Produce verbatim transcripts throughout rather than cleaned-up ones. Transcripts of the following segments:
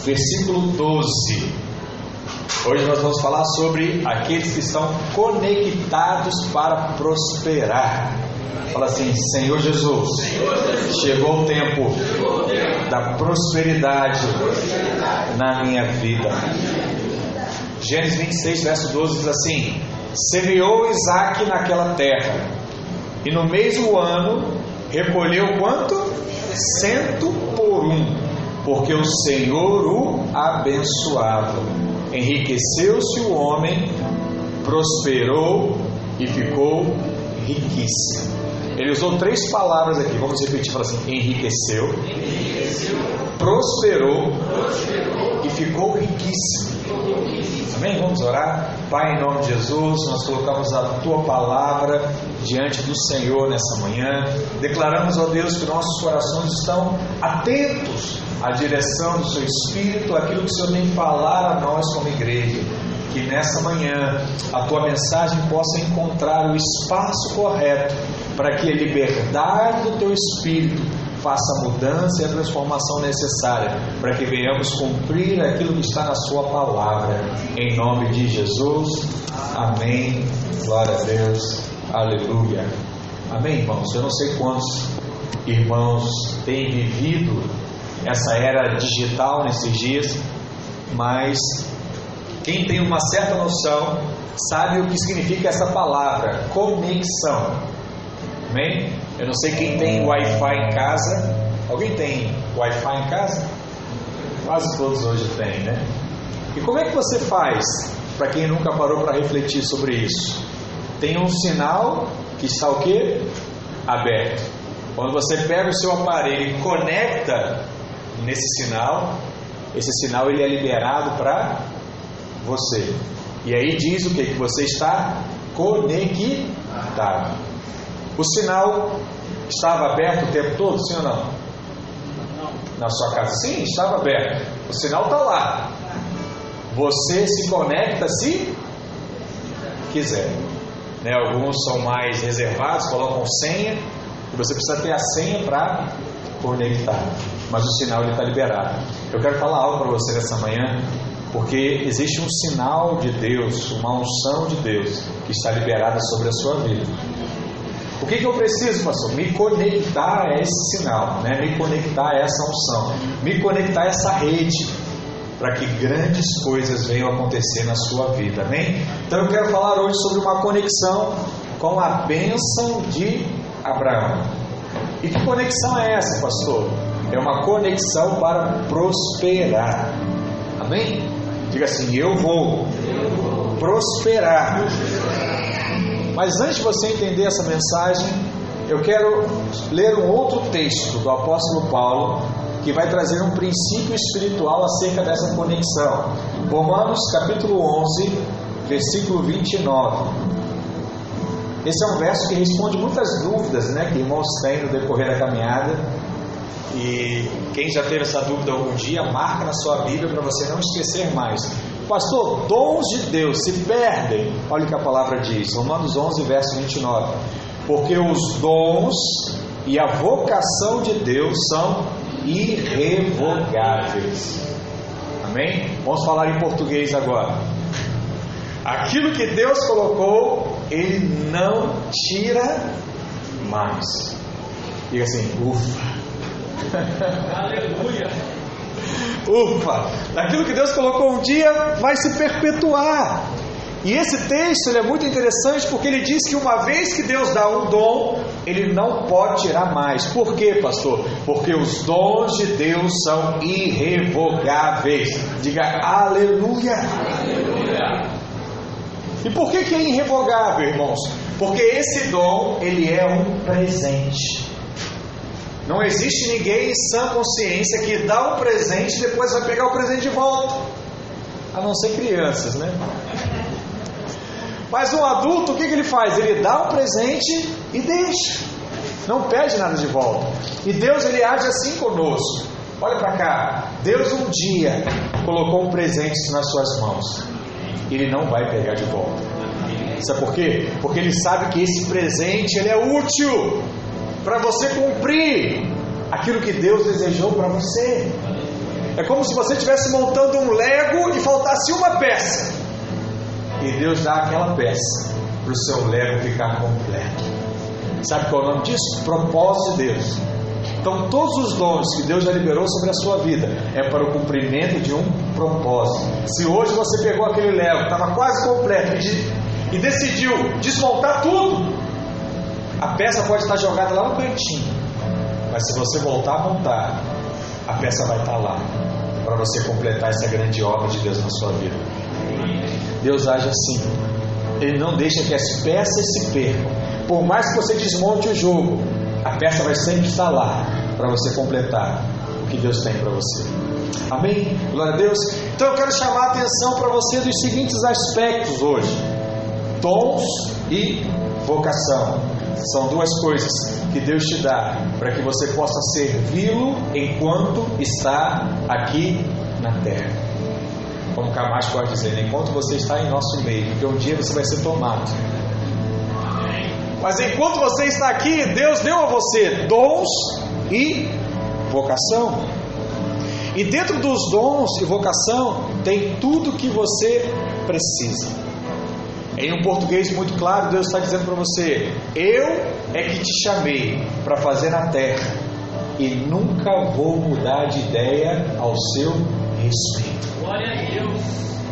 versículo doze. Hoje nós vamos falar sobre aqueles que estão conectados para prosperar. Fala assim: Senhor Jesus, chegou o tempo da prosperidade na minha vida. Gênesis vinte e seis, verso doze diz assim: semeou Isaque naquela terra, e no mesmo ano recolheu quanto? Cento por um, porque o Senhor o abençoava. Enriqueceu-se o homem, prosperou e ficou riquíssimo. Ele usou três palavras aqui, vamos repetir, fala assim: enriqueceu, enriqueceu prosperou, prosperou e ficou riquíssimo. Amém? Vamos orar. Pai, em nome de Jesus, nós colocamos a Tua palavra diante do Senhor nessa manhã. Declaramos, ó Deus, que nossos corações estão atentos à direção do Seu Espírito, aquilo que o Senhor tem que falar a nós como igreja. Que nessa manhã a Tua mensagem possa encontrar o espaço correto para que a liberdade do Teu Espírito faça a mudança e a transformação necessária para que venhamos cumprir aquilo que está na Sua palavra. Em nome de Jesus, amém. Glória a Deus, aleluia. Amém, irmãos. Eu não sei quantos irmãos têm vivido essa era digital nesses dias, mas quem tem uma certa noção sabe o que significa essa palavra, conexão. Amém? Eu não sei quem tem Wi-Fi em casa. Alguém tem Wi-Fi em casa? Quase todos hoje têm, né? E como é que você faz, para quem nunca parou para refletir sobre isso? Tem um sinal que está o quê? Aberto. Quando você pega o seu aparelho e conecta nesse sinal, esse sinal ele é liberado para você. E aí diz o que? Que você está conectado. O sinal estava aberto o tempo todo, sim ou não? Na sua casa? Sim, estava aberto. O sinal está lá. Você se conecta se quiser, né? Alguns são mais reservados, colocam senha, e você precisa ter a senha para conectar. Mas o sinal está liberado. Eu quero falar algo para você nessa manhã, porque existe um sinal de Deus, uma unção de Deus que está liberada sobre a sua vida. O que, que eu preciso, pastor? Me conectar a esse sinal, né? Me conectar a essa unção, me conectar a essa rede, para que grandes coisas venham acontecer na sua vida, amém? Então eu quero falar hoje sobre uma conexão com a bênção de Abraão. E que conexão é essa, pastor? É uma conexão para prosperar, amém? Diga assim: eu vou prosperar. Mas antes de você entender essa mensagem, eu quero ler um outro texto do apóstolo Paulo, que vai trazer um princípio espiritual acerca dessa conexão. Romanos capítulo onze, versículo vinte e nove. Esse é um verso que responde muitas dúvidas, né, que irmãos têm no decorrer da caminhada. E quem já teve essa dúvida algum dia, marca na sua Bíblia para você não esquecer mais. Pastor, dons de Deus se perdem? Olha o que a palavra diz, Romanos onze, verso vinte e nove. Porque os dons e a vocação de Deus são irrevogáveis. Amém? Vamos falar em português agora. Aquilo que Deus colocou, Ele não tira mais. Diga assim: ufa. Aleluia. Ufa, daquilo que Deus colocou um dia vai se perpetuar. E esse texto ele é muito interessante, porque ele diz que uma vez que Deus dá um dom, Ele não pode tirar mais. Por quê, pastor? Porque os dons de Deus são irrevogáveis. Diga aleluia. Aleluia. E por que que é irrevogável, irmãos? Porque esse dom ele é um presente. Não existe ninguém em sã consciência que dá um presente e depois vai pegar o presente de volta. A não ser crianças, né? Mas um adulto, o que, que ele faz? Ele dá um presente e deixa. Não pede nada de volta. E Deus, Ele age assim conosco. Olha para cá. Deus um dia colocou um presente nas suas mãos. Ele não vai pegar de volta. Sabe por quê? Porque Ele sabe que esse presente ele é útil para você cumprir aquilo que Deus desejou para você. É como se você estivesse montando um Lego e faltasse uma peça. E Deus dá aquela peça para o seu Lego ficar completo. Sabe qual é o nome disso? Propósito de Deus. Então todos os dons que Deus já liberou sobre a sua vida é para o cumprimento de um propósito. Se hoje você pegou aquele Lego, estava quase completo e decidiu desmontar tudo, a peça pode estar jogada lá no cantinho, mas se você voltar a montar, a peça vai estar lá para você completar essa grande obra de Deus na sua vida. Deus age assim. Ele não deixa que as peças se percam. Por mais que você desmonte o jogo, a peça vai sempre estar lá para você completar o que Deus tem para você. Amém? Glória a Deus. Então eu quero chamar a atenção para você dos seguintes aspectos hoje: dons e vocação. São duas coisas que Deus te dá para que você possa servi-lo enquanto está aqui na terra. Como Camacho pode dizer, enquanto você está em nosso meio, porque um dia você vai ser tomado. Mas enquanto você está aqui, Deus deu a você dons e vocação. E dentro dos dons e vocação tem tudo que você precisa. Em um português muito claro, Deus está dizendo para você: eu é que te chamei para fazer na terra e nunca vou mudar de ideia ao seu respeito. Glória a Deus.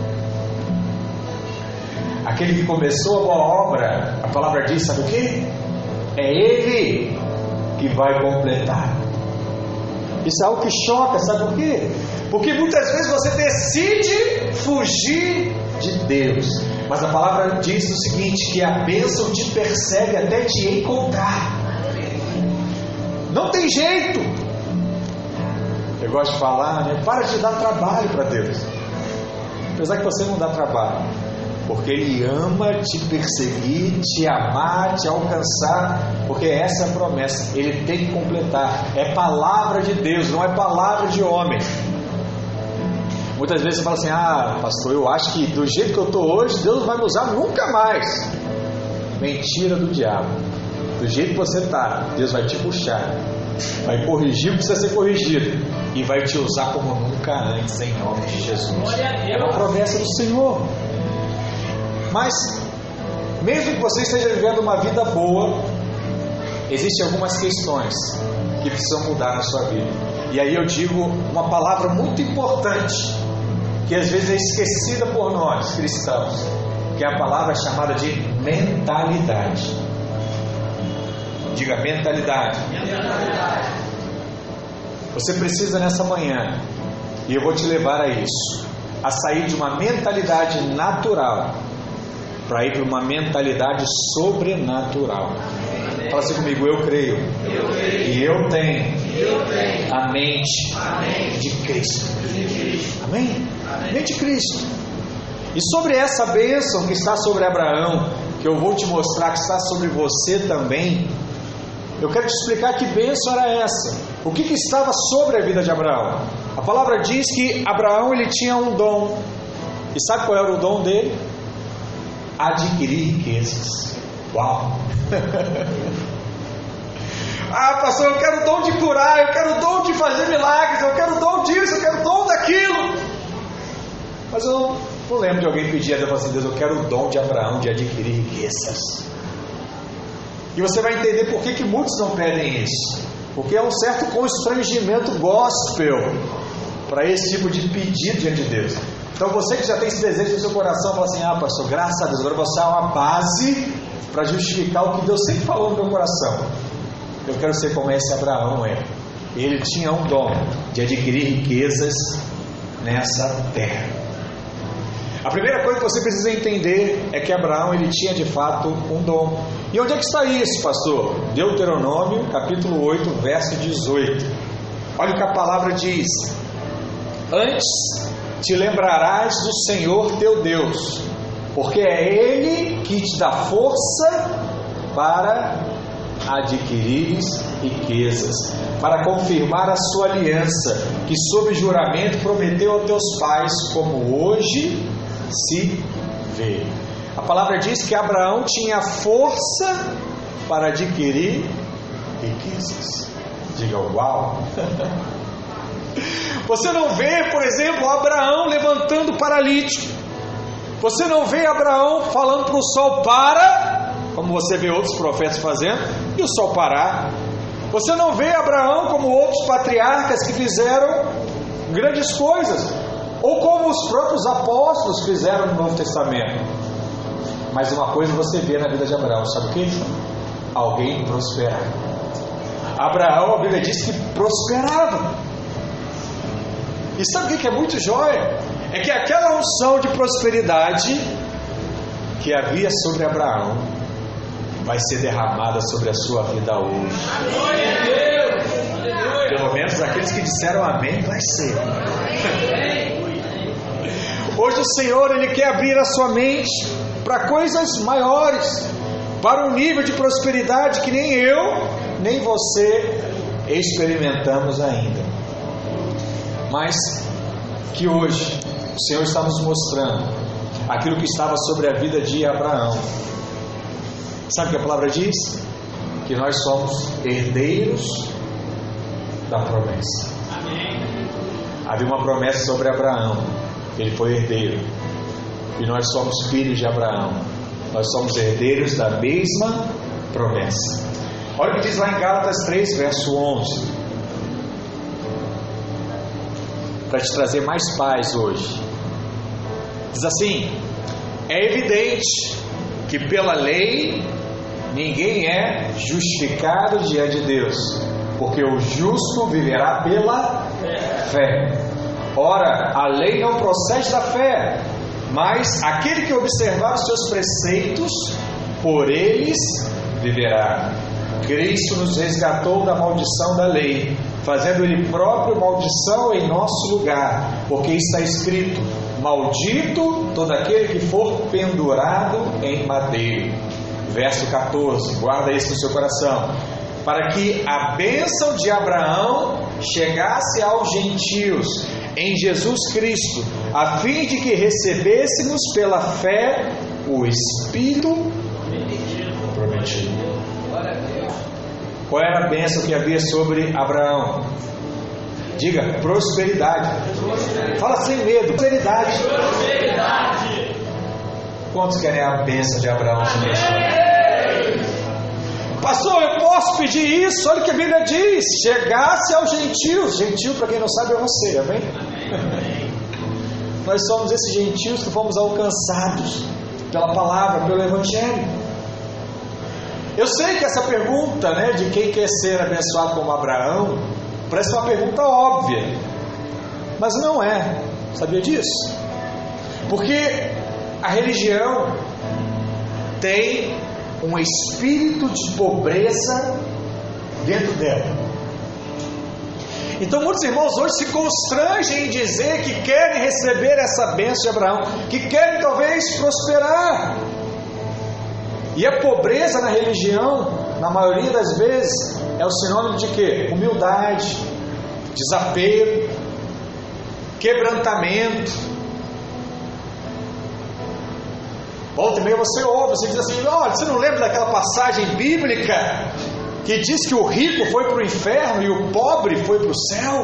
Aquele que começou a boa obra, a palavra diz, sabe o quê? É Ele que vai completar. Isso é algo que choca, sabe por quê? Porque muitas vezes você decide fugir de Deus, mas a palavra diz o seguinte, que a bênção te persegue até te encontrar. Não tem jeito. Eu gosto de falar, né? Para de dar trabalho para Deus. Apesar que você não dá trabalho, porque Ele ama te perseguir, te amar, te alcançar, porque essa é a promessa. Ele tem que completar. É palavra de Deus, não é palavra de homem. Muitas vezes você fala assim: ah, pastor, eu acho que do jeito que eu estou hoje, Deus não vai me usar nunca mais. Mentira do diabo. Do jeito que você está, Deus vai te puxar, vai corrigir o que precisa ser corrigido e vai te usar como nunca antes, em nome de Jesus. É uma promessa do Senhor. Mas mesmo que você esteja vivendo uma vida boa, existem algumas questões que precisam mudar na sua vida. E aí eu digo uma palavra muito importante, que às vezes é esquecida por nós cristãos, que é a palavra chamada de mentalidade. Diga mentalidade. Mentalidade. Você precisa nessa manhã, e eu vou te levar a isso, a sair de uma mentalidade natural para ir para uma mentalidade sobrenatural. Fala assim comigo: eu creio, eu creio. E eu tenho, eu tenho. A, mente a mente de Cristo. De Cristo. Amém? Amém? Mente de Cristo. E sobre essa bênção que está sobre Abraão, que eu vou te mostrar que está sobre você também, eu quero te explicar que bênção era essa. O que, que estava sobre a vida de Abraão? A palavra diz que Abraão ele tinha um dom. E sabe qual era o dom dele? Adquirir riquezas. Uau! Ah, pastor, eu quero o dom de curar, eu quero o dom de fazer milagres, eu quero o dom disso, eu quero o dom daquilo. Mas eu não, não lembro de alguém pedir a Deus assim: Deus, eu quero o dom de Abraão de adquirir riquezas. E você vai entender por que, que muitos não pedem isso. Porque é um certo constrangimento gospel para esse tipo de pedido diante de Deus. Então você que já tem esse desejo no seu coração, fala assim: ah, pastor, graças a Deus, agora você é uma base para justificar o que Deus sempre falou no meu coração. Eu quero ser como esse Abraão é. Ele tinha um dom de adquirir riquezas nessa terra. A primeira coisa que você precisa entender é que Abraão ele tinha de fato um dom. E onde é que está isso, pastor? Deuteronômio capítulo oito, verso dezoito. Olha o que a palavra diz: antes te lembrarás do Senhor teu Deus, porque é Ele que te dá força para adquirir riquezas, para confirmar a sua aliança, que sob juramento prometeu aos teus pais, como hoje se vê. A palavra diz que Abraão tinha força para adquirir riquezas. Diga uau! Você não vê, por exemplo, Abraão levantando o paralítico. Você não vê Abraão falando para o sol para, como você vê outros profetas fazendo, e o sol parar. Você não vê Abraão como outros patriarcas que fizeram grandes coisas, ou como os próprios apóstolos fizeram no Novo Testamento. Mas uma coisa você vê na vida de Abraão, sabe o que? Alguém prosperar. Abraão, a Bíblia diz que prosperava. E sabe o que é muito jóia? É que aquela unção de prosperidade que havia sobre Abraão vai ser derramada sobre a sua vida hoje. Pelo menos aqueles que disseram amém, vai ser. Hoje o Senhor, Ele quer abrir a sua mente para coisas maiores, para um nível de prosperidade que nem eu, nem você experimentamos ainda. Mas que hoje o Senhor está nos mostrando aquilo que estava sobre a vida de Abraão. Sabe o que a palavra diz? Que nós somos herdeiros da promessa. Havia uma promessa sobre Abraão, ele foi herdeiro, e nós somos filhos de Abraão, nós somos herdeiros da mesma promessa. Olha o que diz lá em Gálatas três, verso onze, para te trazer mais paz hoje. Diz assim: é evidente que pela lei ninguém é justificado diante de Deus, porque o justo viverá pela fé. Ora, a lei não procede da fé, mas aquele que observar os seus preceitos, por eles viverá. Cristo nos resgatou da maldição da lei, fazendo Ele próprio maldição em nosso lugar, porque está escrito: maldito todo aquele que for pendurado em madeiro. Verso catorze, guarda isso no seu coração. Para que a bênção de Abraão chegasse aos gentios em Jesus Cristo, a fim de que recebêssemos pela fé o Espírito prometido. Qual era a bênção que havia sobre Abraão? Diga, prosperidade. Fala sem medo, prosperidade. Quantos querem a bênção de Abraão? Pastor, eu posso pedir isso? Olha o que a Bíblia diz: chegasse aos gentios. Gentio, para quem não sabe, é você, amém? Nós somos esses gentios que fomos alcançados pela palavra, pelo Evangelho. Eu sei que essa pergunta, né, de quem quer ser abençoado como Abraão, parece uma pergunta óbvia, mas não é. Sabia disso? Porque a religião tem um espírito de pobreza dentro dela. Então muitos irmãos hoje se constrangem em dizer que querem receber essa bênção de Abraão, que querem talvez prosperar. E a pobreza na religião, na maioria das vezes, é o sinônimo de quê? Humildade, desapego, quebrantamento. Volta e meia você ouve, você diz assim: olha, você não lembra daquela passagem bíblica que diz que o rico foi para o inferno e o pobre foi para o céu?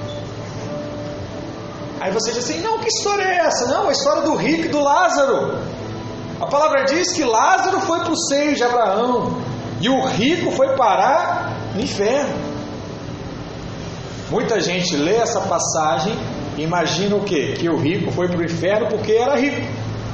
Aí você diz assim: não, que história é essa? Não, a história do rico e do Lázaro. A palavra diz que Lázaro foi para o seio de Abraão e o rico foi parar no inferno. Muita gente lê essa passagem e imagina o quê? Que o rico foi para o inferno porque era rico.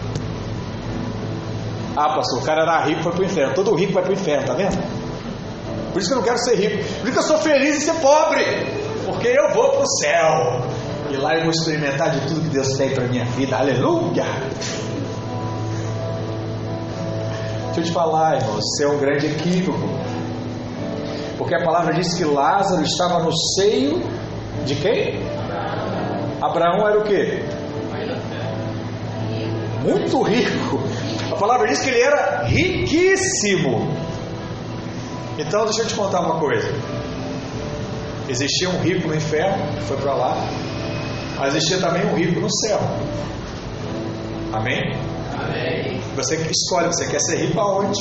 Ah, pastor, o cara era rico e foi para o inferno. Todo rico vai para o inferno, tá vendo? Por isso que eu não quero ser rico. Por isso que eu sou feliz em ser pobre, porque eu vou para o céu e lá eu vou experimentar de tudo que Deus tem para a minha vida. Aleluia! Deixa eu te falar, irmão, isso é um grande equívoco, porque a palavra diz que Lázaro estava no seio de quem? Abraão era o quê? Muito rico. A palavra diz que ele era riquíssimo. Então deixa eu te contar uma coisa. Existia um rico no inferno, que foi para lá, mas existia também um rico no céu. Amém? Amém. Você que escolhe, você quer ser rico aonde?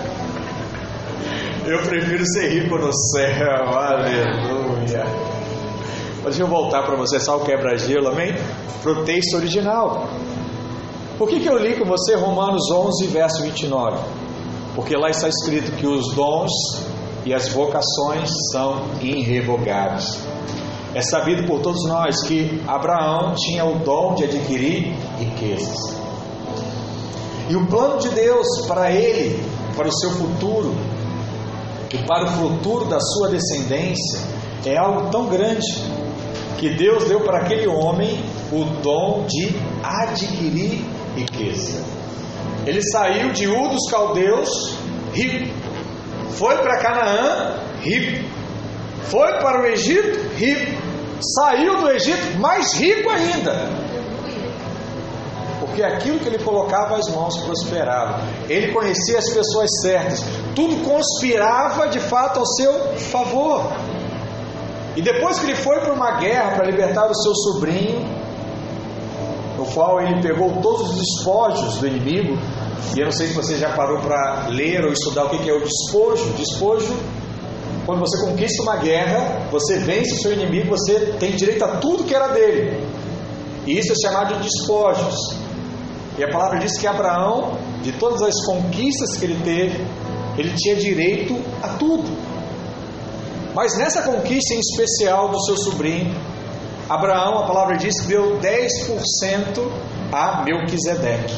Eu prefiro ser rico no céu. Aleluia. Deixa eu voltar para você, só o quebra-gelo, amém? Para o texto original. Por que, que eu li com você Romanos onze, verso vinte e nove? Porque lá está escrito que os dons e as vocações são irrevogáveis. É sabido por todos nós que Abraão tinha o dom de adquirir riquezas. E o plano de Deus para ele, para o seu futuro e para o futuro da sua descendência é algo tão grande que Deus deu para aquele homem o dom de adquirir riqueza. Ele saiu de Ur dos Caldeus rico, foi para Canaã rico, foi para o Egito rico, saiu do Egito mais rico ainda, porque aquilo que ele colocava as mãos prosperava. Ele conhecia as pessoas certas, tudo conspirava de fato ao seu favor. E depois que ele foi para uma guerra para libertar o seu sobrinho, no qual ele pegou todos os despojos do inimigo, e eu não sei se você já parou para ler ou estudar o que é o despojo. Despojo, quando você conquista uma guerra, você vence o seu inimigo, você tem direito a tudo que era dele, e isso é chamado de despojos. E a palavra diz que Abraão, de todas as conquistas que ele teve, ele tinha direito a tudo. Mas nessa conquista em especial do seu sobrinho, Abraão, a palavra diz que deu dez por cento a Melquisedeque.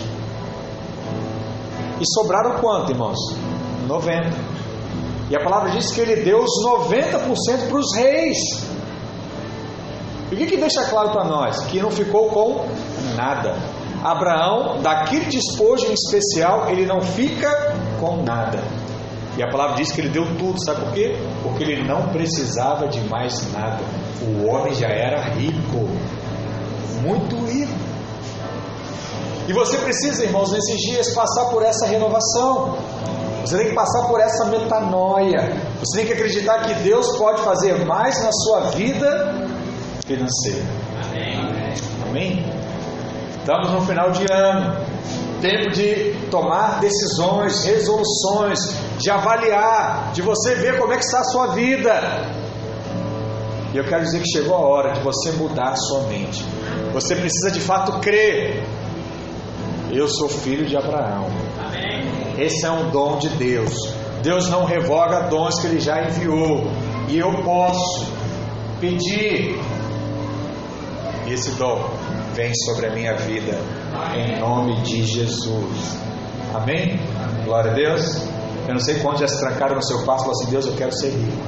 E sobraram quanto, irmãos? noventa por cento. E a palavra diz que ele deu os noventa por cento para os reis. E o que, que deixa claro para nós? Que não ficou com nada. Abraão, daquele despojo em especial, ele não fica com nada. E a palavra diz que ele deu tudo, sabe por quê? Porque ele não precisava de mais nada. O homem já era rico, muito rico. E você precisa, irmãos, nesses dias passar por essa renovação. Você tem que passar por essa metanoia. Você tem que acreditar que Deus pode fazer mais na sua vida financeira. Amém? Amém? Estamos no final de ano, tempo de tomar decisões, resoluções, de avaliar, de você ver como é que está a sua vida. E eu quero dizer que chegou a hora de você mudar a sua mente. Você precisa de fato crer. Eu sou filho de Abraão. Esse é um dom de Deus. Deus não revoga dons que Ele já enviou. E eu posso pedir. E esse dom vem sobre a minha vida, em nome de Jesus. Amém? Glória a Deus. Eu não sei quantos já se trancaram no seu quarto e falaram assim: Deus, eu quero ser rico.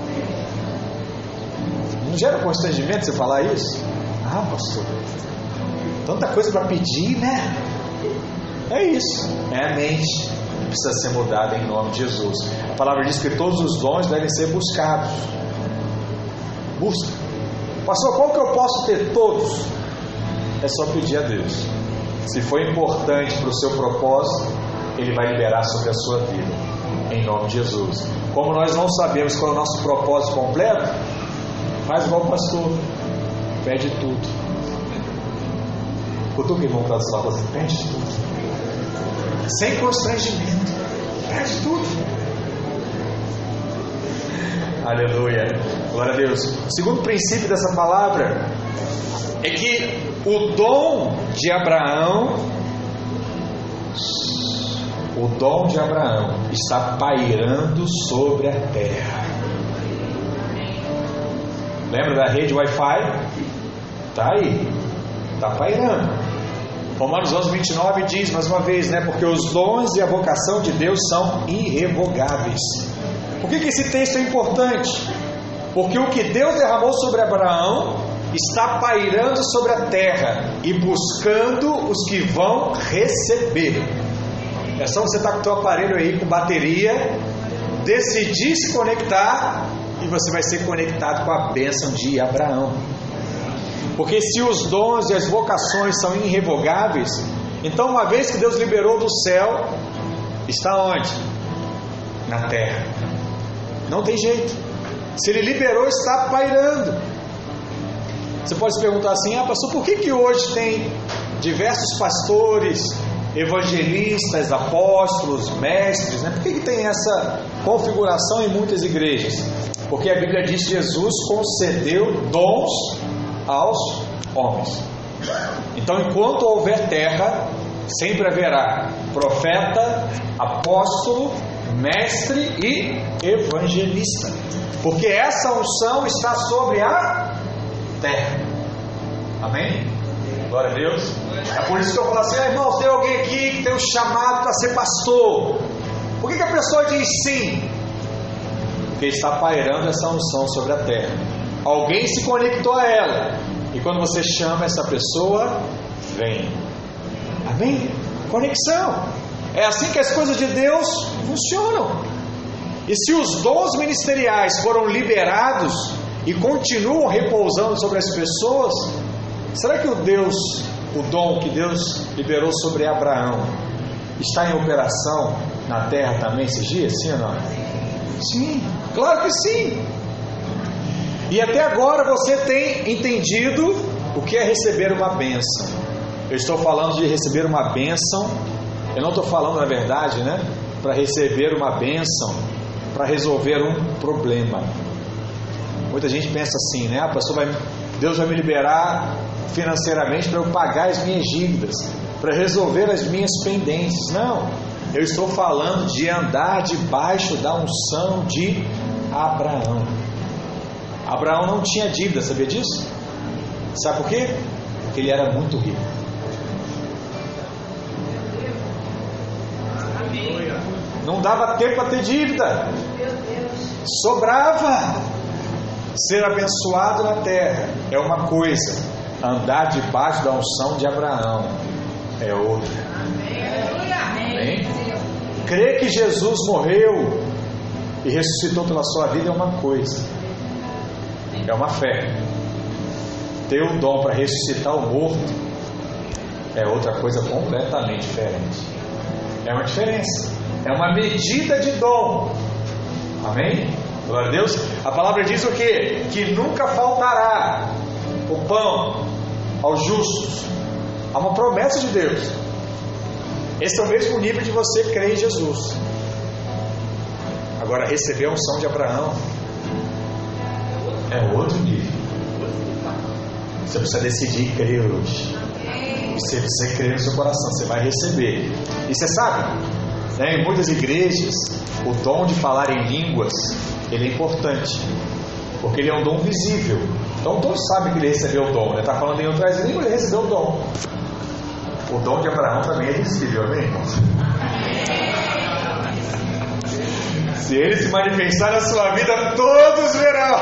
Não gera constrangimento você falar isso? Ah, pastor, tanta coisa para pedir, né? É isso, é a mente que precisa ser mudada em nome de Jesus. A palavra diz que todos os dons devem ser buscados. Busca. Pastor, qual que eu posso ter? Todos. É só pedir a Deus. Se for importante para o seu propósito, Ele vai liberar sobre a sua vida, em nome de Jesus. Como nós não sabemos qual é o nosso propósito completo, faz igual o pastor, pede tudo. Cutuca o irmão para o lado, pede tudo, sem constrangimento, pede tudo. Aleluia, glória a Deus. O segundo princípio dessa palavra é que o dom de Abraão, o dom de Abraão está pairando sobre a terra. Lembra da rede Wi-Fi? Está aí, está pairando. Romanos onze, vinte e nove diz mais uma vez, né? Porque os dons e a vocação de Deus são irrevogáveis. Por que que esse texto é importante? Porque o que Deus derramou sobre Abraão está pairando sobre a terra e buscando os que vão receber. É só você estar com o teu aparelho aí com bateria, decidir se conectar e você vai ser conectado com a bênção de Abraão. Porque se os dons e as vocações são irrevogáveis, então uma vez que Deus liberou do céu, está onde? Na terra. Não tem jeito. Se Ele liberou, está pairando. Você pode se perguntar assim: ah, pastor, por que que hoje tem diversos pastores, evangelistas, apóstolos, mestres, né? Por que, que tem essa configuração em muitas igrejas? Porque a Bíblia diz que Jesus concedeu dons aos homens. Então, enquanto houver terra, sempre haverá profeta, apóstolo, mestre e evangelista, porque essa unção está sobre a terra. Amém? Glória a Deus. É por isso que eu falo assim: ah, irmãos, tem alguém aqui que tem um chamado para ser pastor. Por que, que a pessoa diz sim? Porque está pairando essa unção sobre a terra. Alguém se conectou a ela, e quando você chama essa pessoa, vem. Amém? Conexão. É assim que as coisas de Deus funcionam. E se os dons ministeriais foram liberados e continuam repousando sobre as pessoas, será que o Deus, o dom que Deus liberou sobre Abraão, está em operação na terra também esses dias? Sim ou não? Sim, claro que sim. E até agora você tem entendido o que é receber uma bênção. Eu estou falando de receber uma bênção. Eu não estou falando, na verdade, né, para receber uma bênção, para resolver um problema. Muita gente pensa assim, né? A pessoa vai, Deus vai me liberar financeiramente para eu pagar as minhas dívidas, para resolver as minhas pendências. Não, eu estou falando de andar debaixo da unção de Abraão. Abraão não tinha dívida, sabia disso? Sabe por quê? Porque ele era muito rico. Não dava tempo para ter dívida. Sobrava. Ser abençoado na terra é uma coisa, andar debaixo da unção de Abraão é outra. Amém? Crer que Jesus morreu e ressuscitou pela sua vida é uma coisa, é uma fé. Ter o dom para ressuscitar o morto é outra coisa completamente diferente. É uma diferença, é uma medida de dom. Amém? Glória a Deus. A palavra diz o quê? Que nunca faltará o pão aos justos. Há uma promessa de Deus. Esse é o mesmo nível de você crer em Jesus. Agora, receber a unção de Abraão é outro nível. Você precisa decidir crer hoje. E se você crer no seu coração, você vai receber. E você sabe, né, em muitas igrejas, o dom de falar em línguas, ele é importante, porque ele é um dom visível. Então todos sabem que ele recebeu o dom, né? Está falando em outras línguas, ele recebeu o dom. O dom de Abraão também é visível, amém, irmãos? Se ele se manifestar na sua vida, todos verão.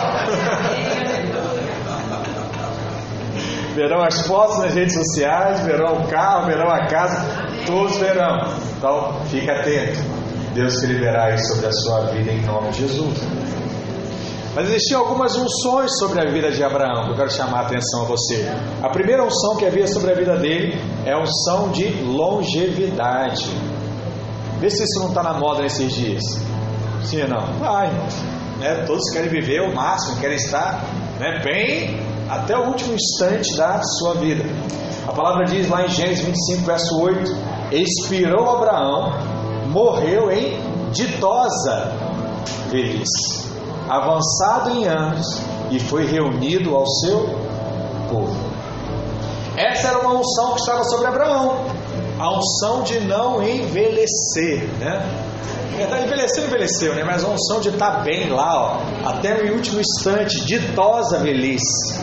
Verão as fotos nas redes sociais, verão o carro, verão a casa, todos verão. Então fique atento. Deus te liberar isso sobre a sua vida em nome de Jesus. Mas existiam algumas unções sobre a vida de Abraão que eu quero chamar a atenção a você. A primeira unção que havia sobre a vida dele é a unção de longevidade. Vê se isso não está na moda nesses dias. Sim ou não? Vai, né? Todos querem viver o máximo, querem estar, né, bem até o último instante da sua vida. A palavra diz lá em Gênesis vinte e cinco, verso oito: expirou Abraão, morreu em ditosa velhice, avançado em anos, e foi reunido ao seu povo. Essa era uma unção que estava sobre Abraão, a unção de não envelhecer, né? Envelheceu, envelheceu, né? Mas a unção de estar bem lá, ó, até o último instante, ditosa velhice.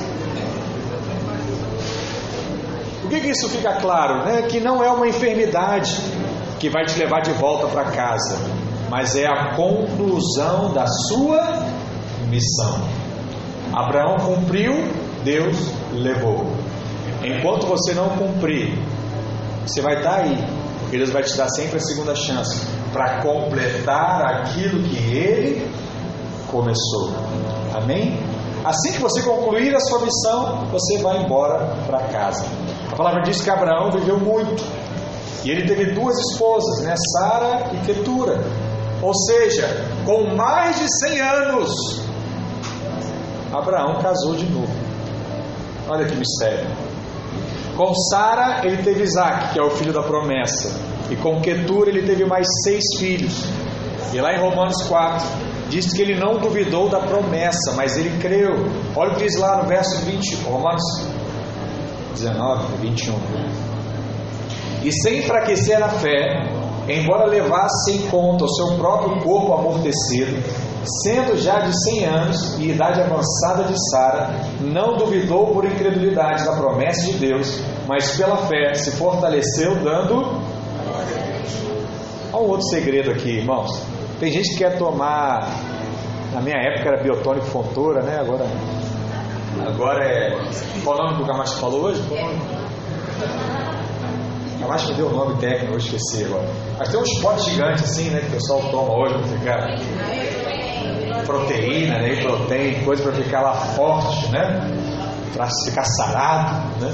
Por que que isso fica claro? Né? Que não é uma enfermidade que vai te levar de volta para casa, mas é a conclusão da sua missão. Abraão cumpriu, Deus levou. Enquanto você não cumprir, você vai estar aí, porque Deus vai te dar sempre a segunda chance para completar aquilo que Ele começou. Amém? Assim que você concluir a sua missão, você vai embora para casa. A palavra diz que Abraão viveu muito, e ele teve duas esposas, né? Sara e Quetura. Ou seja, com mais de cem anos, Abraão casou de novo. Olha que mistério. Com Sara ele teve Isaac, que é o filho da promessa. E com Quetura ele teve mais seis filhos. E lá em Romanos quatro, diz que ele não duvidou da promessa, mas ele creu. Olha o que diz lá no verso vinte, Romanos dezenove, vinte e um. E sem enfraquecer na fé, embora levasse em conta o seu próprio corpo amortecido, sendo já de cem anos e idade avançada de Sara, não duvidou por incredulidade da promessa de Deus, mas pela fé se fortaleceu, dando... Olha um outro segredo aqui, irmãos. Tem gente que quer tomar, na minha época era biotônico Fontoura, né? Agora, agora é... Qual o nome que o Camacho falou hoje? O Camacho me deu o nome técnico, eu esqueci agora. Mas tem uns potes gigantes assim, né? Que o pessoal toma hoje para ficar... proteína, né? E proteína, coisa para ficar lá forte, né? Para ficar sarado, né?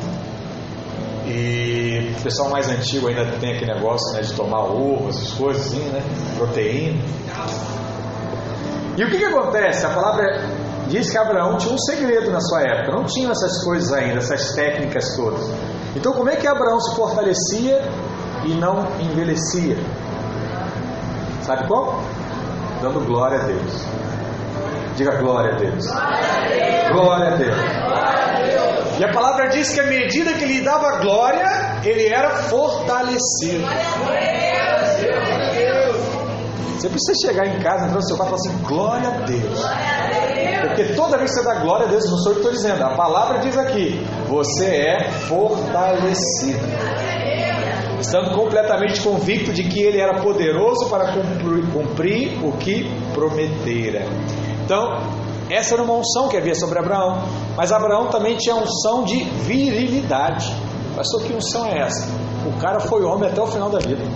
E o pessoal mais antigo ainda tem aquele negócio, né, de tomar ovo, essas coisas assim, né? Proteína. E o que que acontece? A palavra diz que Abraão tinha um segredo na sua época. Não tinha essas coisas ainda, essas técnicas todas. Então como é que Abraão se fortalecia e não envelhecia? Sabe como? Dando glória a Deus. Diga glória a Deus. Glória a Deus. E a palavra diz que à medida que ele dava glória, ele era fortalecido. Você precisa chegar em casa, entrar no seu quarto e falar assim, glória a Deus. Porque toda vez que você dá glória a Deus, não sou eu que estou dizendo, a palavra diz aqui, você é fortalecido. Estando completamente convicto de que ele era poderoso para cumprir, cumprir o que prometera. Então, essa era uma unção que havia sobre Abraão. Mas Abraão também tinha unção de virilidade. Pastor, que unção é essa? O cara foi homem até o final da vida.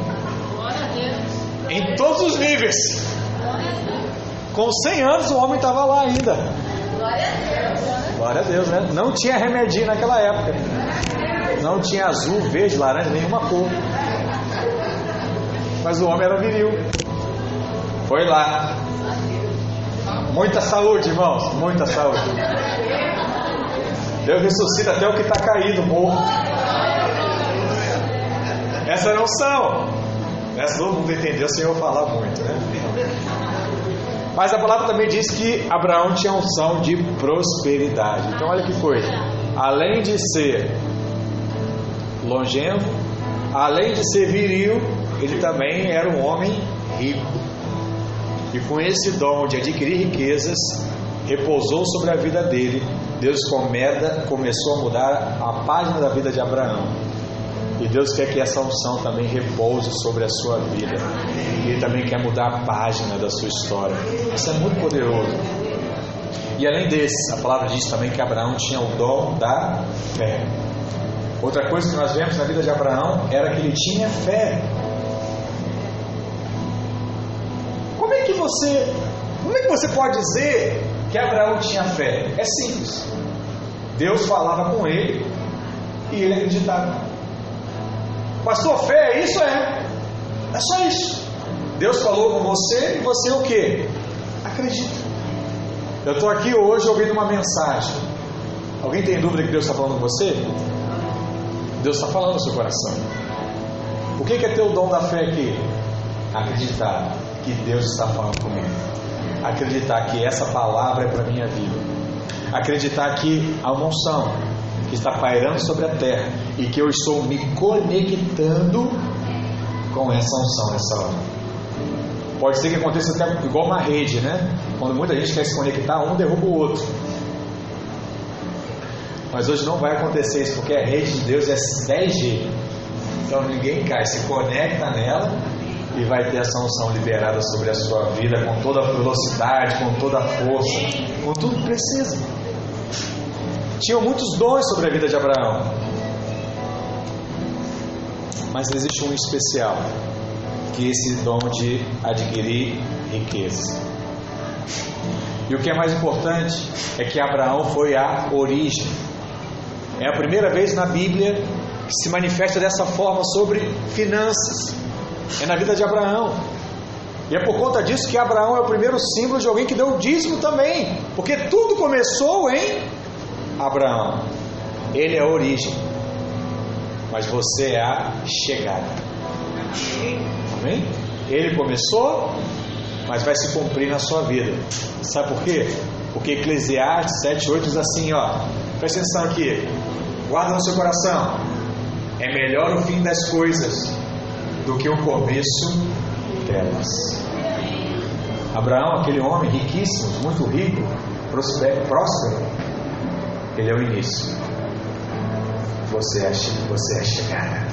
Em todos os níveis. Com cem anos o homem estava lá ainda. Glória a Deus, né? Não tinha remedinho naquela época. Não tinha azul, verde, laranja, nenhuma cor. Mas o homem era viril. Foi lá. Muita saúde, irmãos, muita saúde. Deus ressuscita até o que está caído, morto. Essa era a unção. Essa todo mundo entendeu sem eu falar muito, né? Mas a palavra também diz que Abraão tinha unção de prosperidade. Então olha que coisa. Além de ser longevo, além de ser viril, ele também era um homem rico. E com esse dom de adquirir riquezas, repousou sobre a vida dele. Deus começou a mudar a página da vida de Abraão. E Deus quer que essa unção também repouse sobre a sua vida. E Ele também quer mudar a página da sua história. Isso é muito poderoso. E além desse, a palavra diz também que Abraão tinha o dom da fé. Outra coisa que nós vemos na vida de Abraão era que ele tinha fé. Como é que você, como é que você pode dizer que Abraão tinha fé? É simples. Deus falava com ele e ele acreditava. Pastor, fé é isso? É. É só isso. Deus falou com você e você o quê? Acredita. Eu estou aqui hoje ouvindo uma mensagem. Alguém tem dúvida que Deus está falando com você? Deus está falando no seu coração. O que é ter o dom da fé aqui? Acreditar que Deus está falando comigo. Acreditar que essa palavra é para a minha vida. Acreditar que há uma unção que está pairando sobre a terra e que eu estou me conectando com essa unção nessa hora. Pode ser que aconteça até igual uma rede, né? Quando muita gente quer se conectar, um derruba o outro. Mas hoje não vai acontecer isso, porque a rede de Deus é dez G. Então ninguém cai, se conecta nela e vai ter essa unção liberada sobre a sua vida com toda a velocidade, com toda a força, com tudo que precisa. Tinham muitos dons sobre a vida de Abraão, mas existe um especial, que é esse dom de adquirir riqueza. E o que é mais importante é que Abraão foi a origem. É a primeira vez na Bíblia que se manifesta dessa forma sobre finanças. É na vida de Abraão. E é por conta disso que Abraão é o primeiro símbolo de alguém que deu o dízimo também. Porque tudo começou em Abraão. Ele é a origem, mas você é a chegada. Amém? Ele começou, mas vai se cumprir na sua vida. Sabe por quê? Porque Eclesiastes sete, oito diz assim, ó, presta atenção aqui, guarda no seu coração, é melhor o fim das coisas do que o começo delas. Abraão, aquele homem riquíssimo, muito rico, próspero, próspero, ele é o início. Você é, você é a chegada.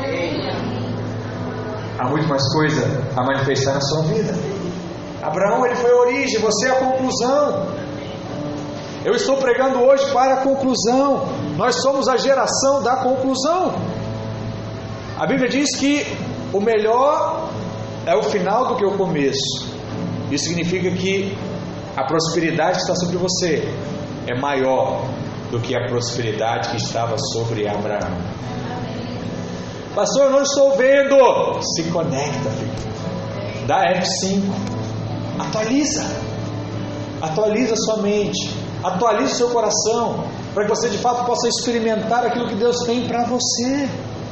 Há muito mais coisa a manifestar na sua vida. Abraão, ele foi a origem, você é a conclusão. Eu estou pregando hoje para a conclusão. Nós somos a geração da conclusão. A Bíblia diz que o melhor é o final do que o começo. Isso significa que a prosperidade que está sobre você é maior do que a prosperidade que estava sobre Abraão. Pastor, eu não estou vendo. Se conecta, filho. Dá F cinco. Atualiza. Atualiza sua mente. Atualize seu coração, para que você de fato possa experimentar aquilo que Deus tem para você.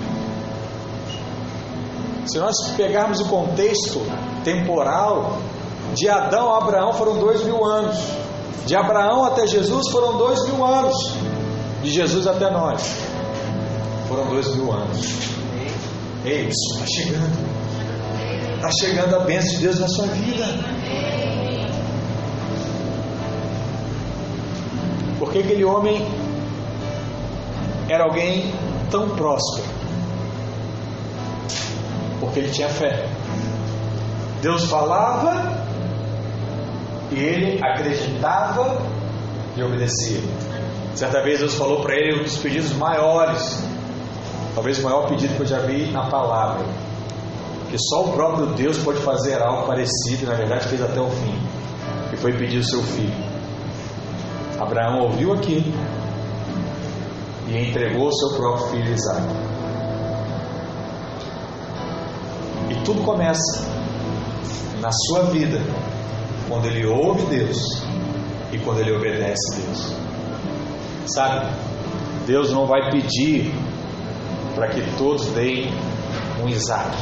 Se nós pegarmos o contexto temporal, de Adão a Abraão foram dois mil anos, de Abraão até Jesus foram dois mil anos, de Jesus até nós foram dois mil anos. Ei, isso está chegando, está chegando a bênção de Deus na sua vida. Porque aquele homem era alguém tão próspero? Porque ele tinha fé. Deus falava e ele acreditava e obedecia. Certa vez Deus falou para ele um dos pedidos maiores, talvez o maior pedido que eu já vi na palavra, que só o próprio Deus pode fazer algo parecido, e na verdade fez até o fim, que foi pedir o seu filho. Abraão ouviu aquilo e entregou o seu próprio filho Isaque. E tudo começa na sua vida quando ele ouve Deus e quando ele obedece a Deus. Sabe, Deus não vai pedir para que todos deem um Isaque.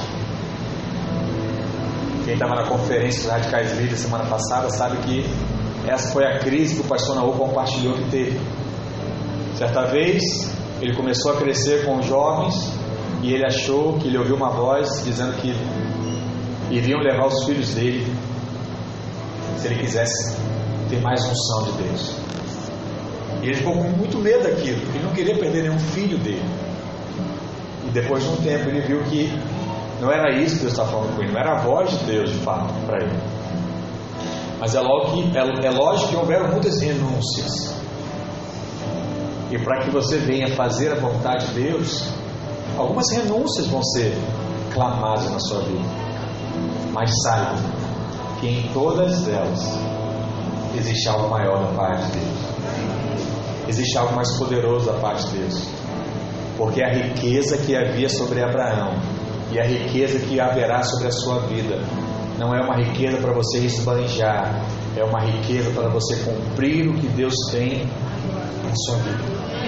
Quem estava na conferência dos Radicais Líderes semana passada sabe que essa foi a crise que o pastor Naú compartilhou que teve. Certa vez ele começou a crescer com os jovens e ele achou que ele ouviu uma voz dizendo que iriam levar os filhos dele se ele quisesse ter mais unção de Deus. E ele ficou com muito medo daquilo, porque ele não queria perder nenhum filho dele. E depois de um tempo ele viu que não era isso que Deus estava falando com ele, não era a voz de Deus de fato para ele. Mas é, logo que, é, é lógico que houveram muitas renúncias. E para que você venha fazer a vontade de Deus, algumas renúncias vão ser clamadas na sua vida. Mas saiba que em todas elas existe algo maior da parte de Deus. Existe algo mais poderoso da parte de Deus. Porque a riqueza que havia sobre Abraão e a riqueza que haverá sobre a sua vida não é uma riqueza para você esbanjar, é uma riqueza para você cumprir o que Deus tem na sua vida.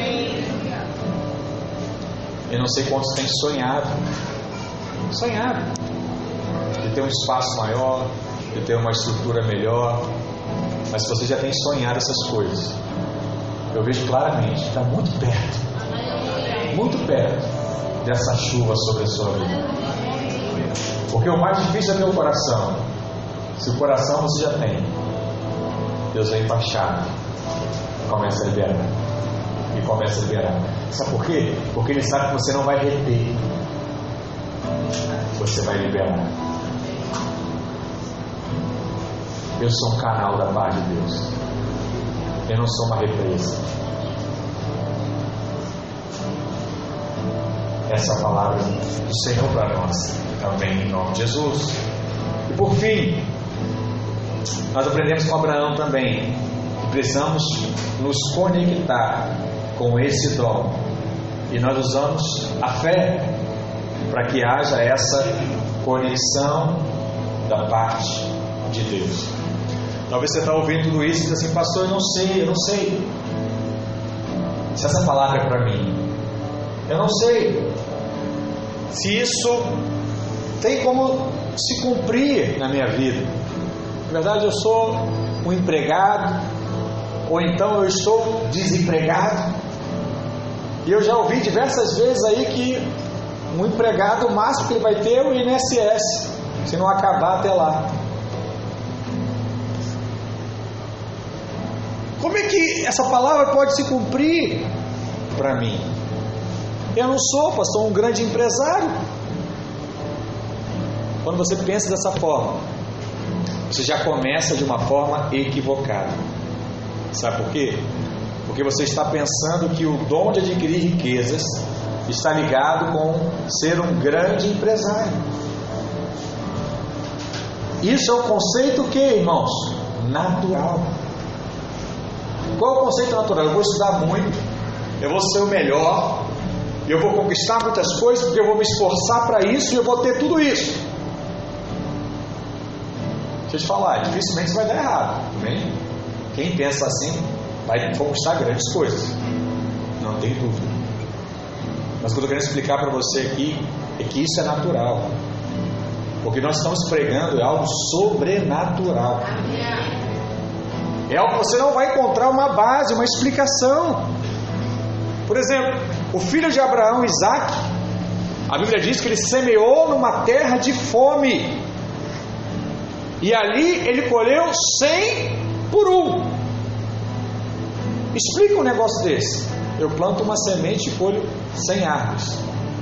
Eu não sei quantos têm sonhado, sonhado, de ter um espaço maior, de ter uma estrutura melhor, mas se você já tem sonhado essas coisas, eu vejo claramente, está muito perto, muito perto dessa chuva sobre a sua vida. Porque o mais difícil é ter o coração. Se o coração você já tem, Deus vem com a chave e começa a liberar. E começa a liberar. Sabe por quê? Porque Ele sabe que você não vai reter. Você vai liberar. Eu sou um canal da paz de Deus. Eu não sou uma represa. Essa é a palavra do Senhor para nós, também em nome de Jesus. E por fim, nós aprendemos com Abraão também que precisamos nos conectar com esse dom, e nós usamos a fé para que haja essa conexão da parte de Deus. Talvez você está ouvindo tudo isso e diz assim: pastor, eu não sei, eu não sei. se essa palavra é para mim. Eu não sei se isso tem como se cumprir na minha vida. Na verdade, eu sou um empregado, ou então eu estou desempregado. E eu já ouvi diversas vezes aí que um empregado, o máximo que ele vai ter é o I N S S, se não acabar até lá. Como é que essa palavra pode se cumprir para mim? Eu não sou, pastor, um grande empresário. Quando você pensa dessa forma, você já começa de uma forma equivocada. Sabe por quê? Porque você está pensando que o dom de adquirir riquezas está ligado com ser um grande empresário. Isso é um conceito que, irmãos? Natural. Qual é o conceito natural? Eu vou estudar muito, eu vou ser o melhor, eu vou conquistar muitas coisas, porque eu vou me esforçar para isso e eu vou ter tudo isso. Deixa eu te falar, dificilmente isso vai dar errado. Amém? Quem pensa assim vai conquistar grandes coisas, não tem dúvida. Mas o que eu estou querendo explicar para você aqui é que isso é natural, porque nós estamos pregando é algo sobrenatural. É algo que você não vai encontrar uma base, uma explicação. Por exemplo, o filho de Abraão, Isaque, a Bíblia diz que ele semeou numa terra de fome, e ali ele colheu cem por um. Explica um negócio desse. Eu planto uma semente e colho cem árvores.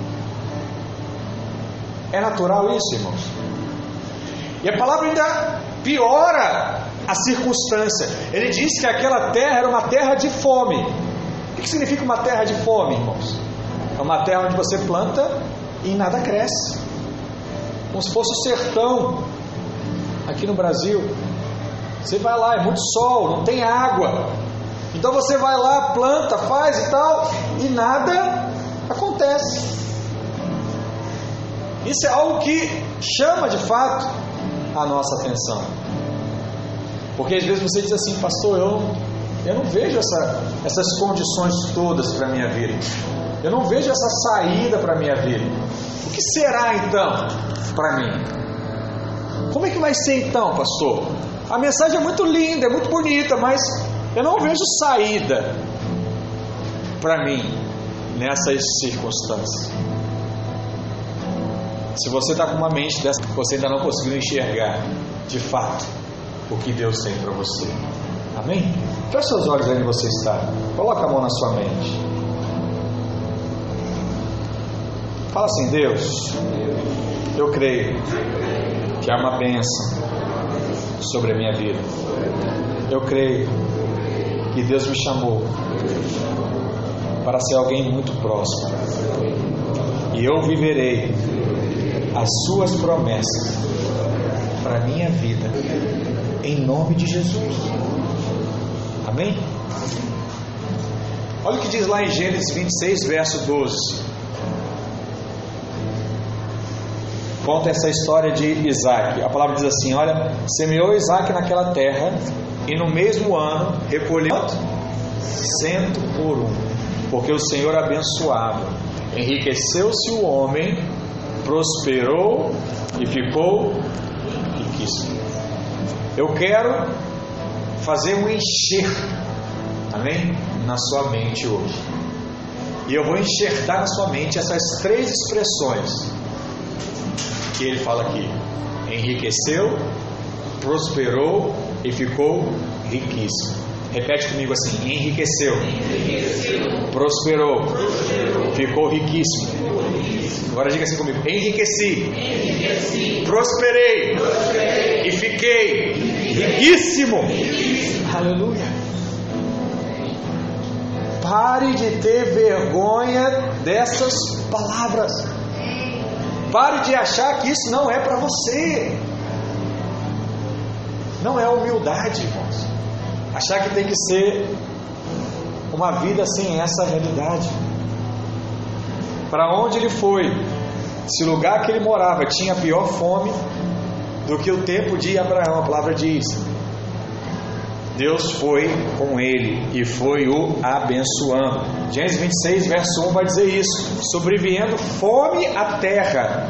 É natural isso, irmãos? E a palavra ainda piora a circunstância. Ele diz que aquela terra era uma terra de fome. O que significa uma terra de fome, irmãos? É uma terra onde você planta e nada cresce, como se fosse o sertão aqui no Brasil. Você vai lá, é muito sol, não tem água. Então você vai lá, planta, faz e tal, e nada acontece. Isso é algo que chama de fato a nossa atenção. Porque às vezes você diz assim, pastor, eu, eu não vejo essa, essas condições todas para a minha vida. Eu não vejo essa saída para a minha vida. O que será então para mim? Como é que vai ser então, pastor? A mensagem é muito linda, é muito bonita, mas eu não vejo saída para mim nessas circunstâncias. Se você está com uma mente dessa, você ainda não conseguiu enxergar de fato o que Deus tem para você. Amém? Feche seus olhos aí onde você está. Coloca a mão na sua mente. Fala assim, Deus, eu creio que há uma bênção sobre a minha vida. Eu creio que Deus me chamou para ser alguém muito próximo, e eu viverei as suas promessas para a minha vida, em nome de Jesus. Amém? Olha o que diz lá em Gênesis vinte e seis, verso doze. Conta essa história de Isaque. A palavra diz assim, olha, semeou Isaque naquela terra, e no mesmo ano recolheu cento por um, porque o Senhor abençoava. Enriqueceu-se o homem, prosperou e ficou riquíssimo. Eu quero fazer um enxerto, amém? Na sua mente hoje. E eu vou enxertar na sua mente essas três expressões que ele fala aqui: enriqueceu, prosperou e ficou riquíssimo. Repete comigo assim: enriqueceu, enriqueceu prosperou, prosperou, ficou riquíssimo. riquíssimo. Agora diga assim comigo: enriqueci, enriqueci prosperei, prosperei e fiquei, fiquei riquíssimo. riquíssimo. Aleluia. Pare de ter vergonha dessas palavras. Pare de achar que isso não é para você. Não é humildade, irmãos, achar que tem que ser uma vida sem essa realidade. Para onde ele foi, se o lugar que ele morava tinha pior fome do que o tempo de Abraão, a palavra diz, Deus foi com ele e foi o abençoando. Gênesis vinte e seis, verso um vai dizer isso: sobreviendo fome à terra.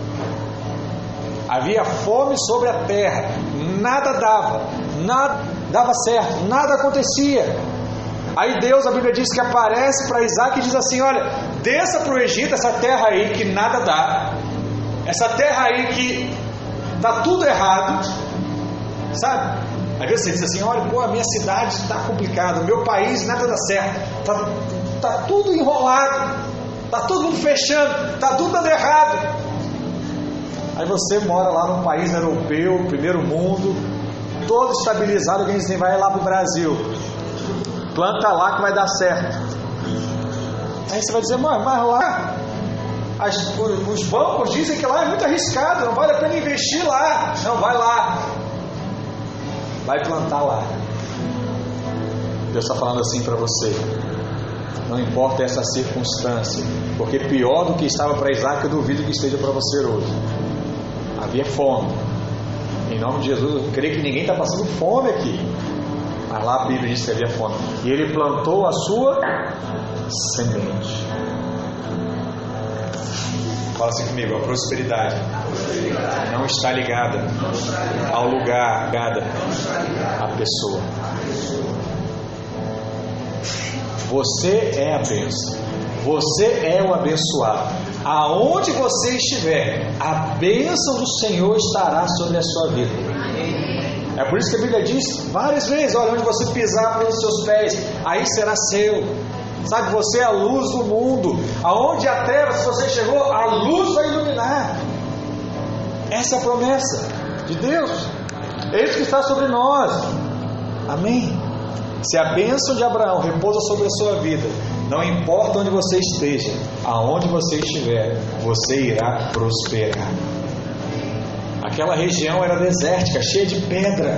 Havia fome sobre a terra, nada dava, nada dava certo, nada acontecia. Aí Deus, a Bíblia diz que aparece para Isaac e diz assim: olha, desça para o Egito, essa terra aí que nada dá, essa terra aí que está tudo errado, sabe? Às vezes você diz assim: olha, pô, a minha cidade está complicada, o meu país nada dá certo, está tá tudo enrolado, está todo mundo fechando, está tudo dando errado. Aí você mora lá num país europeu, primeiro mundo, todo estabilizado, alguém diz assim: vai lá para o Brasil, planta lá que vai dar certo. Aí você vai dizer: mas, mas lá as, os bancos dizem que lá é muito arriscado, não vale a pena investir lá. Não, vai lá, vai plantar lá. Deus está falando assim para você: não importa essa circunstância, porque pior do que estava para Isaac, eu duvido que esteja para você hoje. Havia fome. Em nome de Jesus, eu creio que ninguém está passando fome aqui, mas lá a Bíblia diz que havia fome. E ele plantou a sua semente. Fala assim comigo: a prosperidade não está ligada ao lugar, ligada à pessoa. Você é a bênção, você é o abençoado. Aonde você estiver, a bênção do Senhor estará sobre a sua vida. É por isso que a Bíblia diz várias vezes: olha, onde você pisar pelos seus pés, aí será seu. Sabe, você é a luz do mundo. Aonde a treva, se você chegou, a luz vai iluminar. Essa é a promessa de Deus. É isso que está sobre nós. Amém? Se a bênção de Abraão repousa sobre a sua vida, não importa onde você esteja, aonde você estiver, você irá prosperar. Aquela região era desértica, cheia de pedra,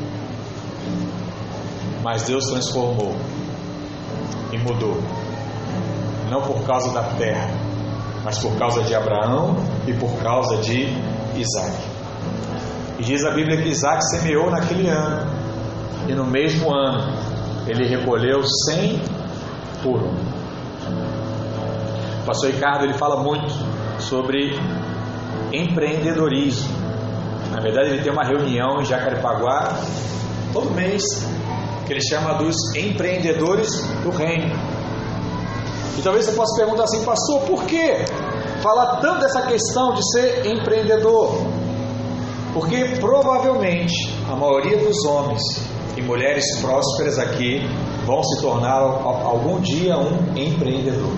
mas Deus transformou e mudou, não por causa da terra, mas por causa de Abraão e por causa de Isaac. E diz a Bíblia que Isaac semeou naquele ano, e no mesmo ano ele recolheu cem por um. O pastor Ricardo, ele fala muito sobre empreendedorismo. Na verdade, ele tem uma reunião em Jacarepaguá todo mês, que ele chama dos empreendedores do reino. E talvez você possa perguntar assim: pastor, por que falar tanto dessa questão de ser empreendedor? Porque provavelmente a maioria dos homens e mulheres prósperas aqui vão se tornar algum dia um empreendedor.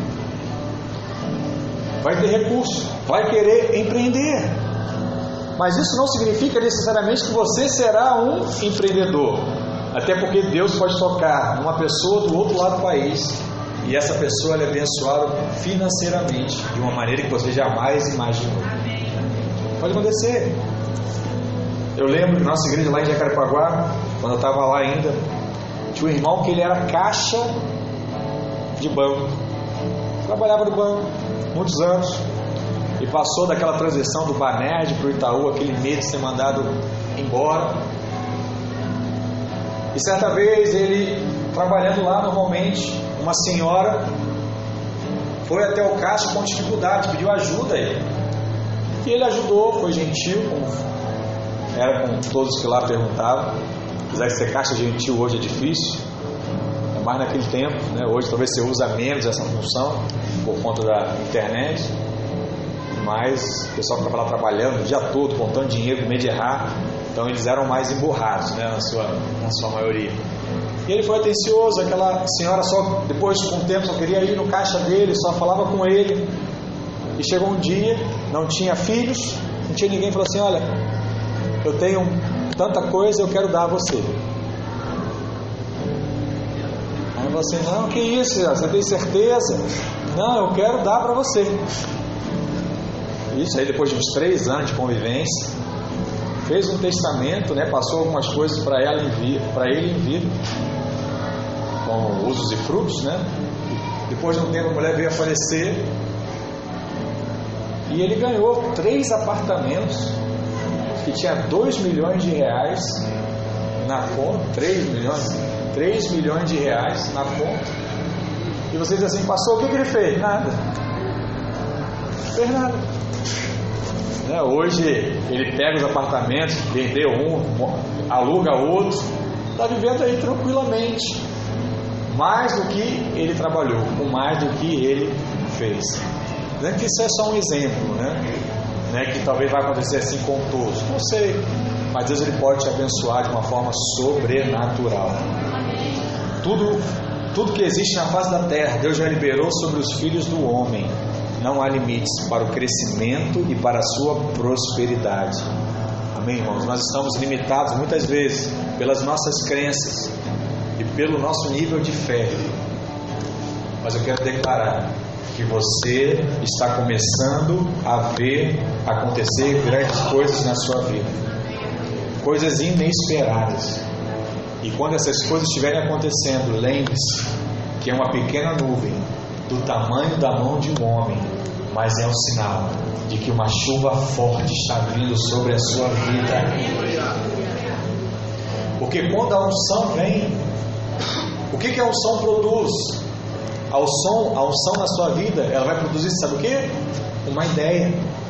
Vai ter recurso, vai querer empreender, mas isso não significa necessariamente que você será um empreendedor. Até porque Deus pode tocar numa pessoa do outro lado do país e essa pessoa é abençoada financeiramente de uma maneira que você jamais imaginou. Pode acontecer. Eu lembro que nossa igreja lá em Jacarepaguá, quando eu estava lá ainda, tinha um irmão que ele era caixa de banco, trabalhava no banco muitos anos, e passou daquela transição do Banerj para o Itaú, aquele medo de ser mandado embora. E certa vez ele, trabalhando lá normalmente, uma senhora foi até o caixa com dificuldade, pediu ajuda a ele, e ele ajudou, foi gentil, como era com todos que lá perguntavam. Apesar de ser caixa gentil hoje é difícil, é mais naquele tempo, né? Hoje talvez você usa menos essa função por conta da internet, mas o pessoal que estava lá trabalhando o dia todo, contando dinheiro com medo de errar, então eles eram mais emburrados, né? na, sua, na sua maioria. E ele foi atencioso, aquela senhora só, depois com o tempo, só queria ir no caixa dele, só falava com ele. E chegou um dia, não tinha filhos, não tinha ninguém, falou assim: olha, eu tenho tanta coisa, eu quero dar a você. Aí ele falou assim: não, que isso, você tem certeza? Não, eu quero dar para você. Isso aí, depois de uns três anos de convivência, fez um testamento, né? Passou algumas coisas para ela em vida, para ele em vida, com usos e frutos, né? Depois de um tempo a mulher veio a falecer e ele ganhou três apartamentos que tinha dois milhões de reais na conta, três milhões, três milhões de reais na conta. E você diz assim, pastor, o que, que ele fez? Nada. Não fez nada. Né? Hoje ele pega os apartamentos, vendeu um, aluga outro, está vivendo aí tranquilamente. Mais do que ele trabalhou, com mais do que ele fez. Não é que isso é só um exemplo, né? Não é que talvez vai acontecer assim com todos, não sei. Mas Deus ele pode te abençoar de uma forma sobrenatural. Tudo, tudo que existe na face da terra, Deus já liberou sobre os filhos do homem. Não há limites para o crescimento e para a sua prosperidade. Amém, irmãos? Nós estamos limitados muitas vezes pelas nossas crenças e pelo nosso nível de fé. Mas eu quero declarar que você está começando a ver acontecer grandes coisas na sua vida, coisas inesperadas. E quando essas coisas estiverem acontecendo, lembre-se que é uma pequena nuvem do tamanho da mão de um homem, mas é um sinal de que uma chuva forte está vindo sobre a sua vida. Porque quando a unção vem, o que, que a unção produz? A unção, a unção na sua vida, ela vai produzir, sabe o que? Uma ideia.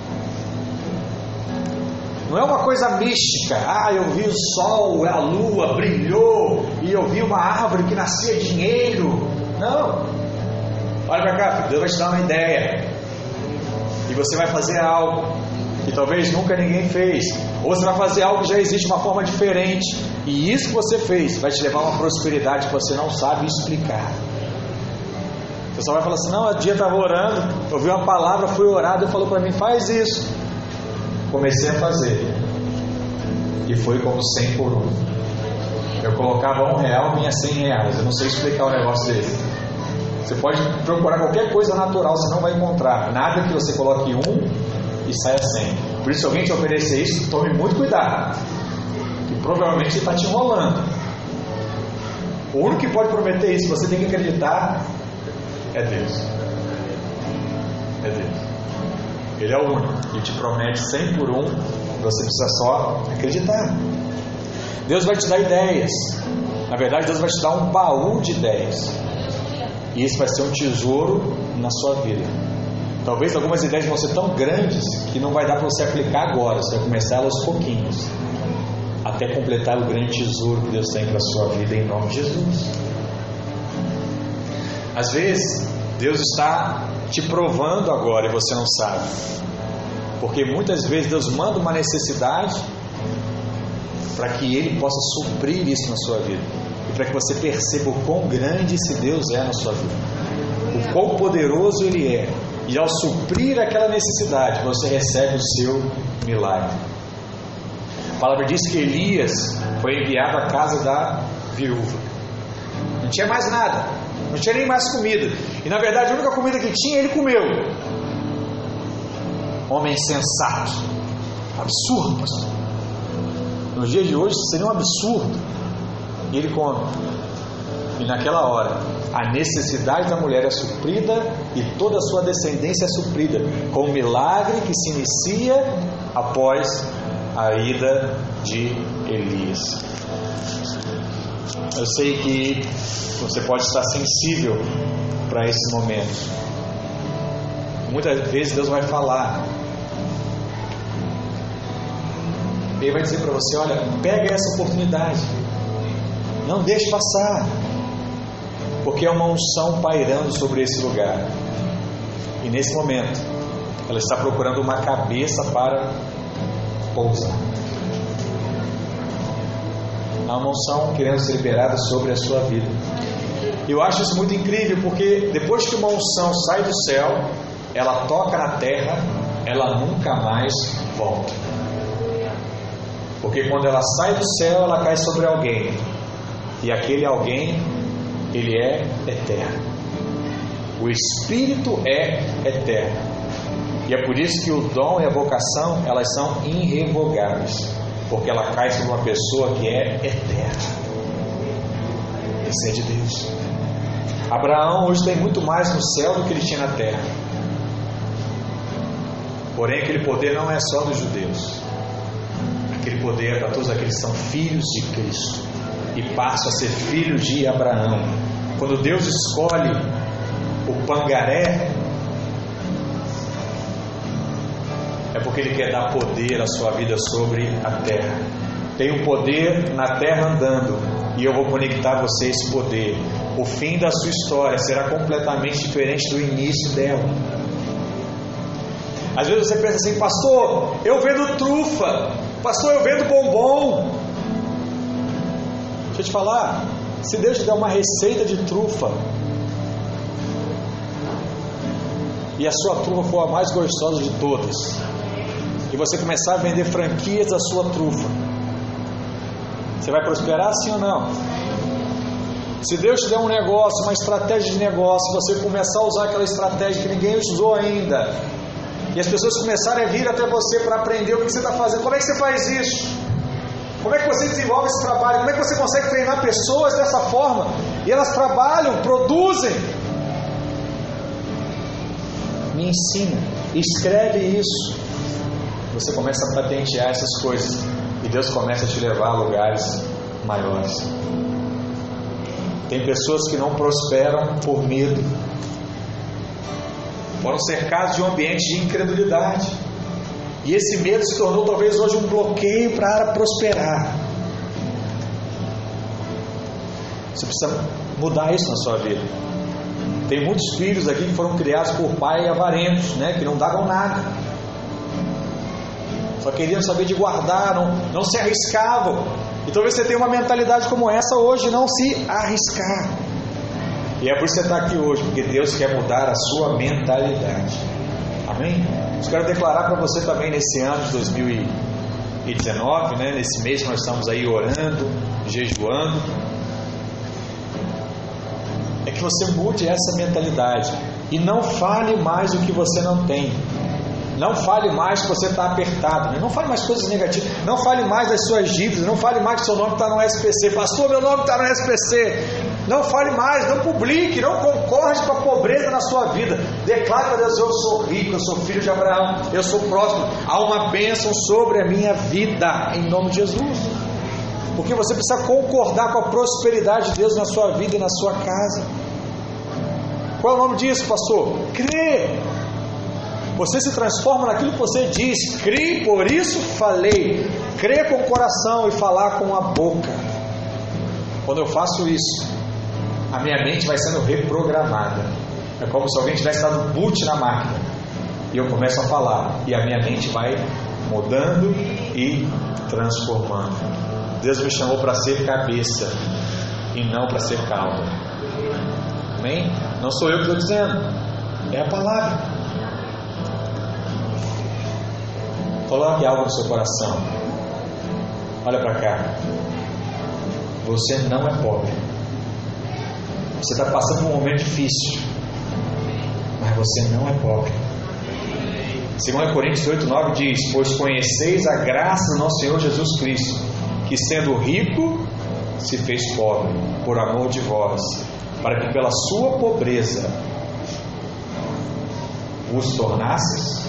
Não é uma coisa mística. Ah, eu vi o sol, a lua brilhou e eu vi uma árvore que nascia dinheiro. Não. Olha para cá, filho, Deus vai te dar uma ideia. E você vai fazer algo que talvez nunca ninguém fez. Ou você vai fazer algo que já existe de uma forma diferente. E isso que você fez vai te levar a uma prosperidade que você não sabe explicar. O pessoal vai falar assim, não, o dia estava orando, ouvi uma palavra, fui orar, Deus falou para mim, faz isso. Comecei a fazer. E foi como cem por um. Eu colocava um real, vinha cem reais. Eu não sei explicar um negócio desse. Você pode procurar qualquer coisa natural, você não vai encontrar nada que você coloque um e saia cem. Por isso, se alguém te oferecer isso, tome muito cuidado, que provavelmente ele está te enrolando. O único que pode prometer isso, você tem que acreditar, é Deus. É Deus. Ele é o único que te promete cem por um. Você precisa só acreditar. Deus vai te dar ideias. Na verdade, Deus vai te dar um baú de ideias. E isso vai ser um tesouro na sua vida. Talvez algumas ideias vão ser tão grandes que não vai dar para você aplicar agora. Você vai começar aos pouquinhos, até completar o grande tesouro que Deus tem para a sua vida, em nome de Jesus. Às vezes Deus está te provando agora e você não sabe, porque muitas vezes Deus manda uma necessidade para que Ele possa suprir isso na sua vida, e para que você perceba o quão grande esse Deus é na sua vida, o quão poderoso Ele é. E ao suprir aquela necessidade, você recebe o seu milagre. A palavra diz que Elias foi enviado à casa da viúva. Não tinha mais nada, não tinha nem mais comida. E na verdade a única comida que tinha, ele comeu. Homem sensato. Absurdo, pastor. Nos dias de hoje isso seria um absurdo. E ele come. E naquela hora a necessidade da mulher é suprida e toda a sua descendência é suprida, com o milagre que se inicia após a ida de Elias. Eu sei que você pode estar sensível para esse momento. Muitas vezes Deus vai falar, Ele vai dizer para você, olha, pega essa oportunidade, não deixe passar, porque é uma unção pairando sobre esse lugar. E nesse momento ela está procurando uma cabeça para pousar. Há uma unção querendo ser liberada sobre a sua vida. Eu acho isso muito incrível, porque depois que uma unção sai do céu, ela toca na terra, ela nunca mais volta. Porque quando ela sai do céu, ela cai sobre alguém, e aquele alguém, ele é eterno. O Espírito é eterno. E é por isso que o dom e a vocação, elas são irrevogáveis, porque ela cai sobre uma pessoa que é eterna. Esse é de Deus. Abraão hoje tem muito mais no céu do que ele tinha na terra. Porém, aquele poder não é só dos judeus. Aquele poder é para todos aqueles que são filhos de Cristo. e passo a ser filho de Abraão. Quando Deus escolhe o pangaré, é porque Ele quer dar poder à sua vida sobre a terra. Tem um poder na terra andando, e eu vou conectar você a esse poder. O fim da sua história será completamente diferente do início dela. Às vezes você pensa assim: pastor, eu vendo trufa, pastor, eu vendo bombom. Deixa eu te falar, se Deus te der uma receita de trufa, e a sua trufa for a mais gostosa de todas, e você começar a vender franquias da sua trufa, você vai prosperar, sim ou não? Se Deus te der um negócio, uma estratégia de negócio, você começar a usar aquela estratégia que ninguém usou ainda, e as pessoas começarem a vir até você para aprender o que você está fazendo, como é que você faz isso? Como é que você desenvolve esse trabalho? Como é que você consegue treinar pessoas dessa forma? E elas trabalham, produzem. Me ensina, escreve isso. Você começa a patentear essas coisas, e Deus começa a te levar a lugares maiores. Tem pessoas que não prosperam por medo. Foram cercados de um ambiente de incredulidade, e esse medo se tornou talvez hoje um bloqueio para prosperar. Você precisa mudar isso na sua vida. Tem muitos filhos aqui que foram criados por pais avarentos, né, que não davam nada, só queriam saber de guardar, não, não se arriscavam. E talvez você tenha uma mentalidade como essa hoje, não se arriscar. E é por isso que você está aqui hoje, porque Deus quer mudar a sua mentalidade. Amém? Eu quero declarar para você também nesse ano de dois mil e dezenove, né, nesse mês que nós estamos aí orando, jejuando, é que você mude essa mentalidade e não fale mais o que você não tem. Não fale mais que você está apertado, né? Não fale mais coisas negativas, não fale mais das suas dívidas, não fale mais que seu nome está no S P C. Pastor, meu nome está no S P C. Não fale mais, não publique, não concorde com a pobreza na sua vida. Declare para Deus: eu sou rico, eu sou filho de Abraão, eu sou próspero, há uma bênção sobre a minha vida, em nome de Jesus. Porque você precisa concordar com a prosperidade de Deus na sua vida e na sua casa. Qual é o nome disso, pastor? Crê. Você se transforma naquilo que você diz. Crê, por isso falei. Crê com o coração e falar com a boca. Quando eu faço isso, a minha mente vai sendo reprogramada. É como se alguém tivesse dado boot na máquina, e eu começo a falar, e a minha mente vai mudando e transformando. Deus me chamou para ser cabeça e não para ser cauda. Amém? Não sou eu que estou dizendo, é a palavra. Coloque algo no seu coração. Olha para cá. Você não é pobre. Você está passando por um momento difícil, mas você não é pobre. Segundo Coríntios oito, nove diz: pois conheceis a graça do nosso Senhor Jesus Cristo, que sendo rico se fez pobre por amor de vós, para que pela sua pobreza vos tornasseis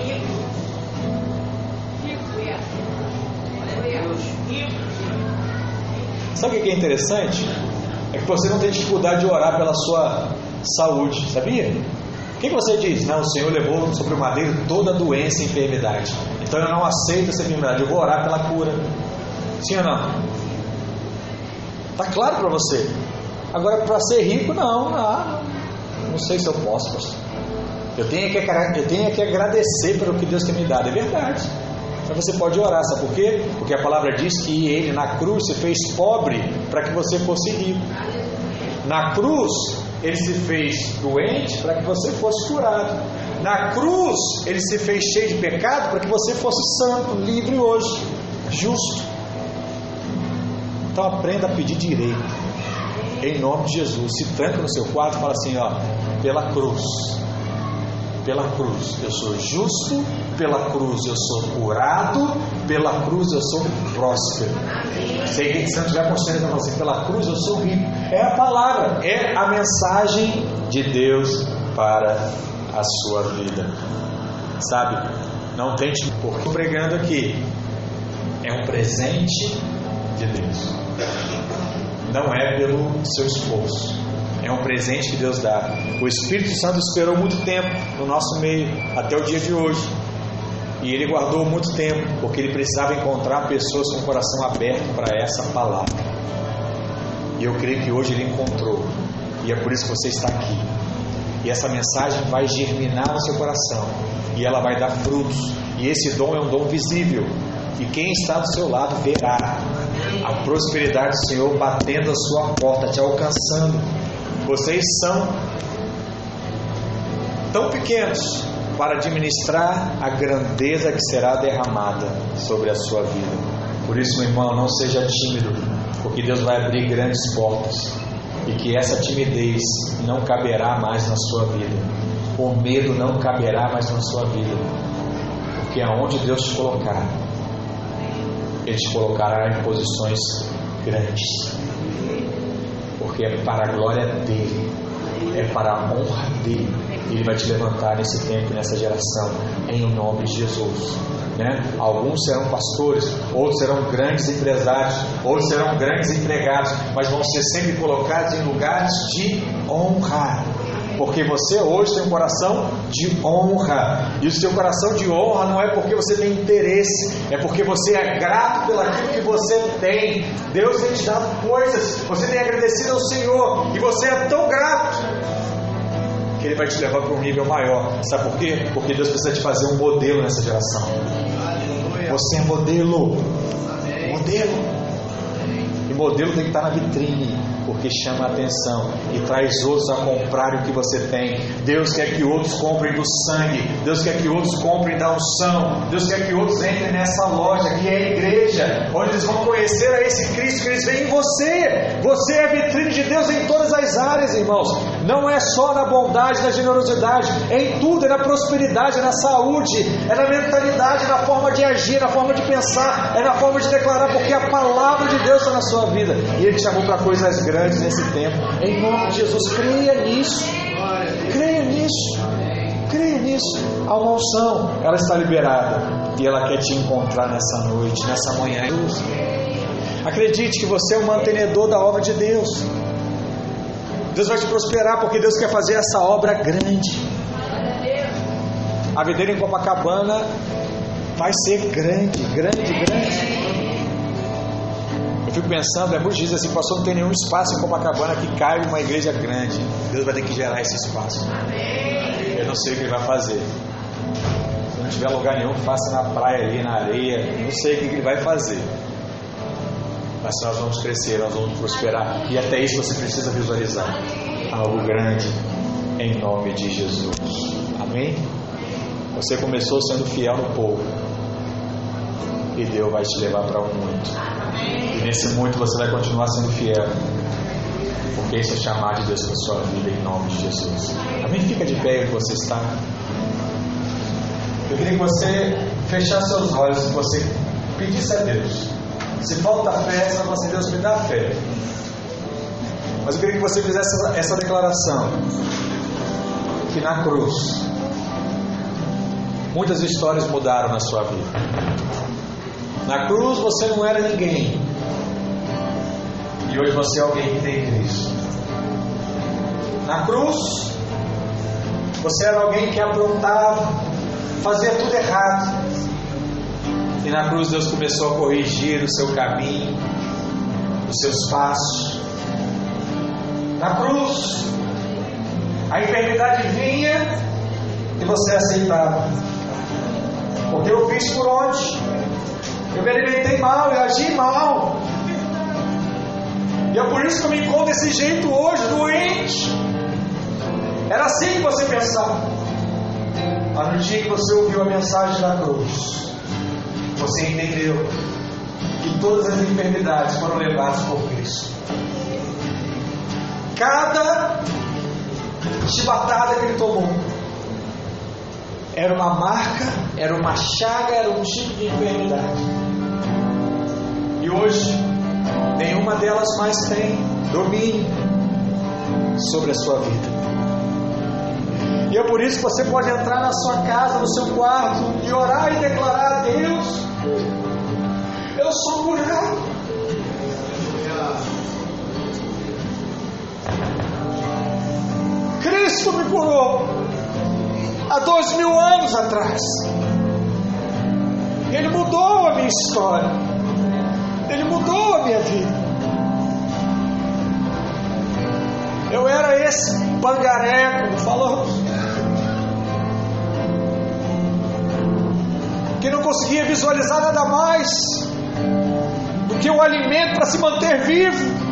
Sabe o que é interessante? É que você não tem dificuldade de orar pela sua saúde, sabia? O que você diz? Não, o Senhor levou sobre o madeiro toda a doença e enfermidade, então eu não aceito essa enfermidade, eu vou orar pela cura. Sim ou não? Está claro para você? Agora, para ser rico, não, não, não sei se eu posso, pastor. Eu tenho que, eu tenho que agradecer pelo que Deus tem me dado, é verdade. Mas você pode orar, sabe por quê? Porque a palavra diz que Ele na cruz se fez pobre para que você fosse rico. Na cruz Ele se fez doente para que você fosse curado. Na cruz Ele se fez cheio de pecado para que você fosse santo, livre hoje, justo. Então aprenda a pedir direito, em nome de Jesus. Se tranca no seu quarto e fala assim: ó, pela cruz, pela cruz eu sou justo, pela cruz eu sou curado, pela cruz eu sou próspero. Se você não tiver consciência, não, assim, pela cruz eu sou rico. É a palavra, é a mensagem de Deus para a sua vida. Sabe? Não tente, porque estou pregando aqui, é um presente de Deus. não é pelo seu esforço. É um presente que Deus dá. O Espírito Santo esperou muito tempo no nosso meio, até o dia de hoje. E Ele guardou muito tempo, porque Ele precisava encontrar pessoas com o coração aberto para essa palavra. E eu creio que hoje Ele encontrou. E é por isso que você está aqui. E essa mensagem vai germinar no seu coração. E ela vai dar frutos. E esse dom é um dom visível. E quem está do seu lado verá a prosperidade do Senhor batendo a sua porta, te alcançando. Vocês são tão pequenos para administrar a grandeza que será derramada sobre a sua vida. Por isso, meu irmão, não seja tímido, porque Deus vai abrir grandes portas. E que essa timidez não caberá mais na sua vida. O medo não caberá mais na sua vida. Porque aonde Deus te colocar, Ele te colocará em posições grandes. Porque é para a glória dEle, é para a honra dEle. Ele vai te levantar nesse tempo e nessa geração, em nome de Jesus. Né? Alguns serão pastores, outros serão grandes empresários, outros serão grandes empregados, mas vão ser sempre colocados em lugares de honra. Porque você hoje tem um coração de honra. E o seu coração de honra não é porque você tem interesse, é porque você é grato pelaquilo que você tem. Deus tem te dado coisas, você tem agradecido ao Senhor, e você é tão grato que Ele vai te levar para um nível maior. Sabe por quê? Porque Deus precisa te fazer um modelo nessa geração. Você é modelo. Modelo. E modelo tem que estar na vitrine, porque chama a atenção e traz outros a comprarem o que você tem. Deus quer que outros comprem do sangue. Deus quer que outros comprem da unção. Deus quer que outros entrem nessa loja que é a igreja, onde eles vão conhecer a esse Cristo que eles veem em você. Você é a vitrine de Deus em todas as áreas, irmãos. Não é só na bondade, na generosidade, é em tudo, é na prosperidade, é na saúde, é na mentalidade, na forma de agir, na forma de pensar, é na forma de declarar, porque a palavra de Deus está na sua vida. E Ele te chamou para coisas grandes nesse tempo. Em nome de Jesus, creia nisso. Creia nisso. Creia nisso. A uma unção, ela está liberada. E ela quer te encontrar nessa noite, nessa manhã. Acredite que você é o mantenedor da obra de Deus. Deus vai te prosperar, porque Deus quer fazer essa obra grande. A videira em Copacabana vai ser grande, grande, grande. Eu fico pensando, é muito difícil assim, pastor, não tem nenhum espaço em Copacabana que caiba uma igreja grande. Deus vai ter que gerar esse espaço. Eu não sei o que Ele vai fazer. Se não tiver lugar nenhum, faça na praia ali, na areia. Não sei o que Ele vai fazer. Mas nós vamos crescer, nós vamos prosperar. E até isso você precisa visualizar algo grande em nome de Jesus. Amém? Você começou sendo fiel no pouco, e Deus vai te levar para o muito. E nesse muito você vai continuar sendo fiel, porque isso é chamar de Deus para a sua vida em nome de Jesus. Amém? Fica de pé onde você está. Eu queria que você fechasse seus olhos e você pedisse a Deus. Se falta fé, você vai falar assim: Deus, me dá fé. Mas eu queria que você fizesse essa, essa declaração, que na cruz muitas histórias mudaram na sua vida. Na cruz você não era ninguém, e hoje você é alguém que tem Cristo. Na cruz você era alguém que aprontava, fazia tudo errado, e na cruz Deus começou a corrigir o seu caminho, os seus passos. Na cruz a enfermidade vinha e você aceitava, porque eu fiz por onde? Eu me alimentei mal, eu agi mal, e é por isso que eu me encontro desse jeito hoje, doente. Era assim que você pensava. Mas no dia que você ouviu a mensagem da cruz, você entendeu que todas as enfermidades foram levadas por Cristo. Cada chibatada que Ele tomou era uma marca, era uma chaga, era um tipo de enfermidade. E hoje, nenhuma delas mais tem domínio sobre a sua vida. E é por isso que você pode entrar na sua casa, no seu quarto, e orar e declarar a Deus: eu sou curado. Cristo me curou há dois mil anos atrás. Ele mudou a minha história. Ele mudou a minha vida. Eu era esse pangaré, como falamos, que não conseguia visualizar nada mais do que o alimento para se manter vivo.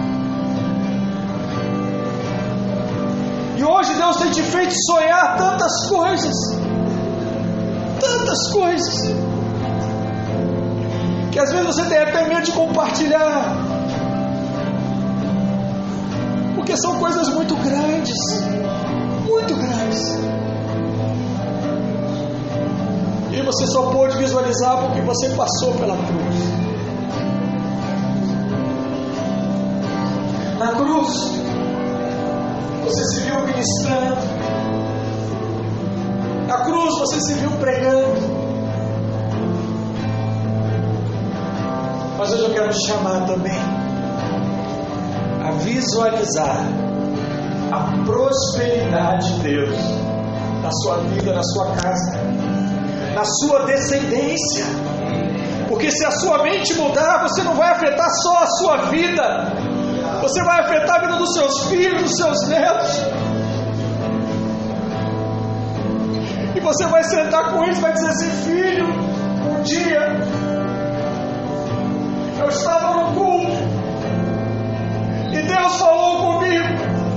E hoje Deus tem te feito sonhar tantas coisas, tantas coisas, que às vezes você tem até medo de compartilhar, porque são coisas muito grandes, muito grandes, e você só pôde visualizar porque você passou pela cruz. Na cruz você se viu ministrando, na cruz você se viu pregando, mas hoje eu quero te chamar também a visualizar a prosperidade de Deus na sua vida, na sua casa, na sua descendência, porque se a sua mente mudar, você não vai afetar só a sua vida, você vai afetar a vida dos seus filhos, dos seus netos, e você vai sentar com eles e vai dizer assim: filho, um dia eu estava no culto e Deus falou comigo,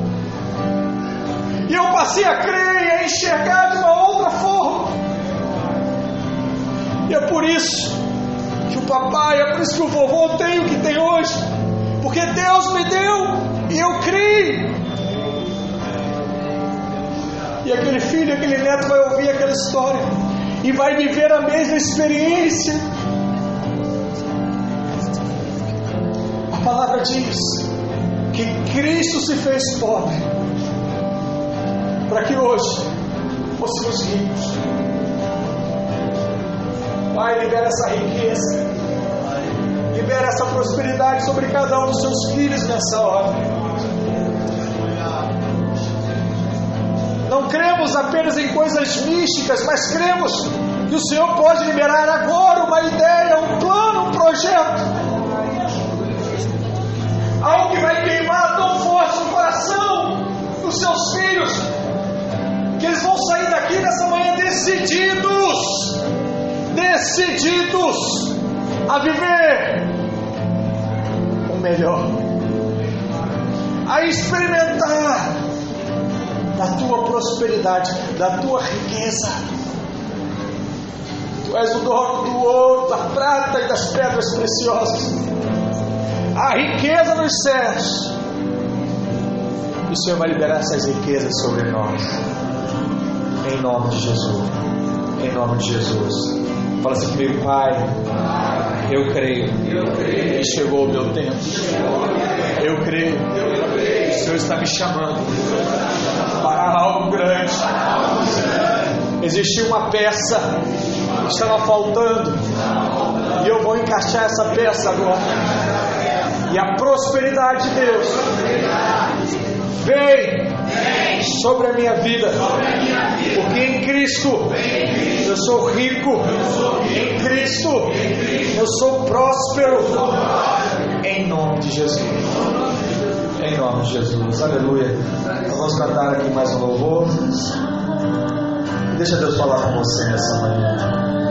e eu passei a crer e a enxergar de uma outra forma, e é por isso que o papai, é por isso que o vovô tem o que tem hoje, porque Deus me deu e eu criei. E aquele filho, aquele neto vai ouvir aquela história e vai viver a mesma experiência. A palavra diz que Cristo se fez pobre para que hoje fôssemos ricos. Pai, libera essa riqueza, libera essa prosperidade sobre cada um dos seus filhos nessa hora. Não cremos apenas em coisas místicas, mas cremos que o Senhor pode liberar agora uma ideia, um plano, um projeto, algo que vai queimar tão forte no coração dos seus filhos, que eles vão sair daqui nessa manhã decididos, decididos a viver o melhor, a experimentar da tua prosperidade, da tua riqueza. Tu és o dono do ouro, da prata e das pedras preciosas, a riqueza nos céus, e o Senhor vai liberar essas riquezas sobre nós, em nome de Jesus, em nome de Jesus. Fala assim comigo: Pai, eu creio, que chegou o meu tempo, eu creio, o Senhor está me chamando para algo grande. Existia uma peça que estava faltando, e eu vou encaixar essa peça agora, e a prosperidade de Deus vem sobre a minha vida, porque em Cristo eu sou rico, em Cristo eu sou próspero, em nome de Jesus, em nome de Jesus, aleluia. Nós vamos cantar aqui mais um louvor, e deixa Deus falar com você nessa manhã.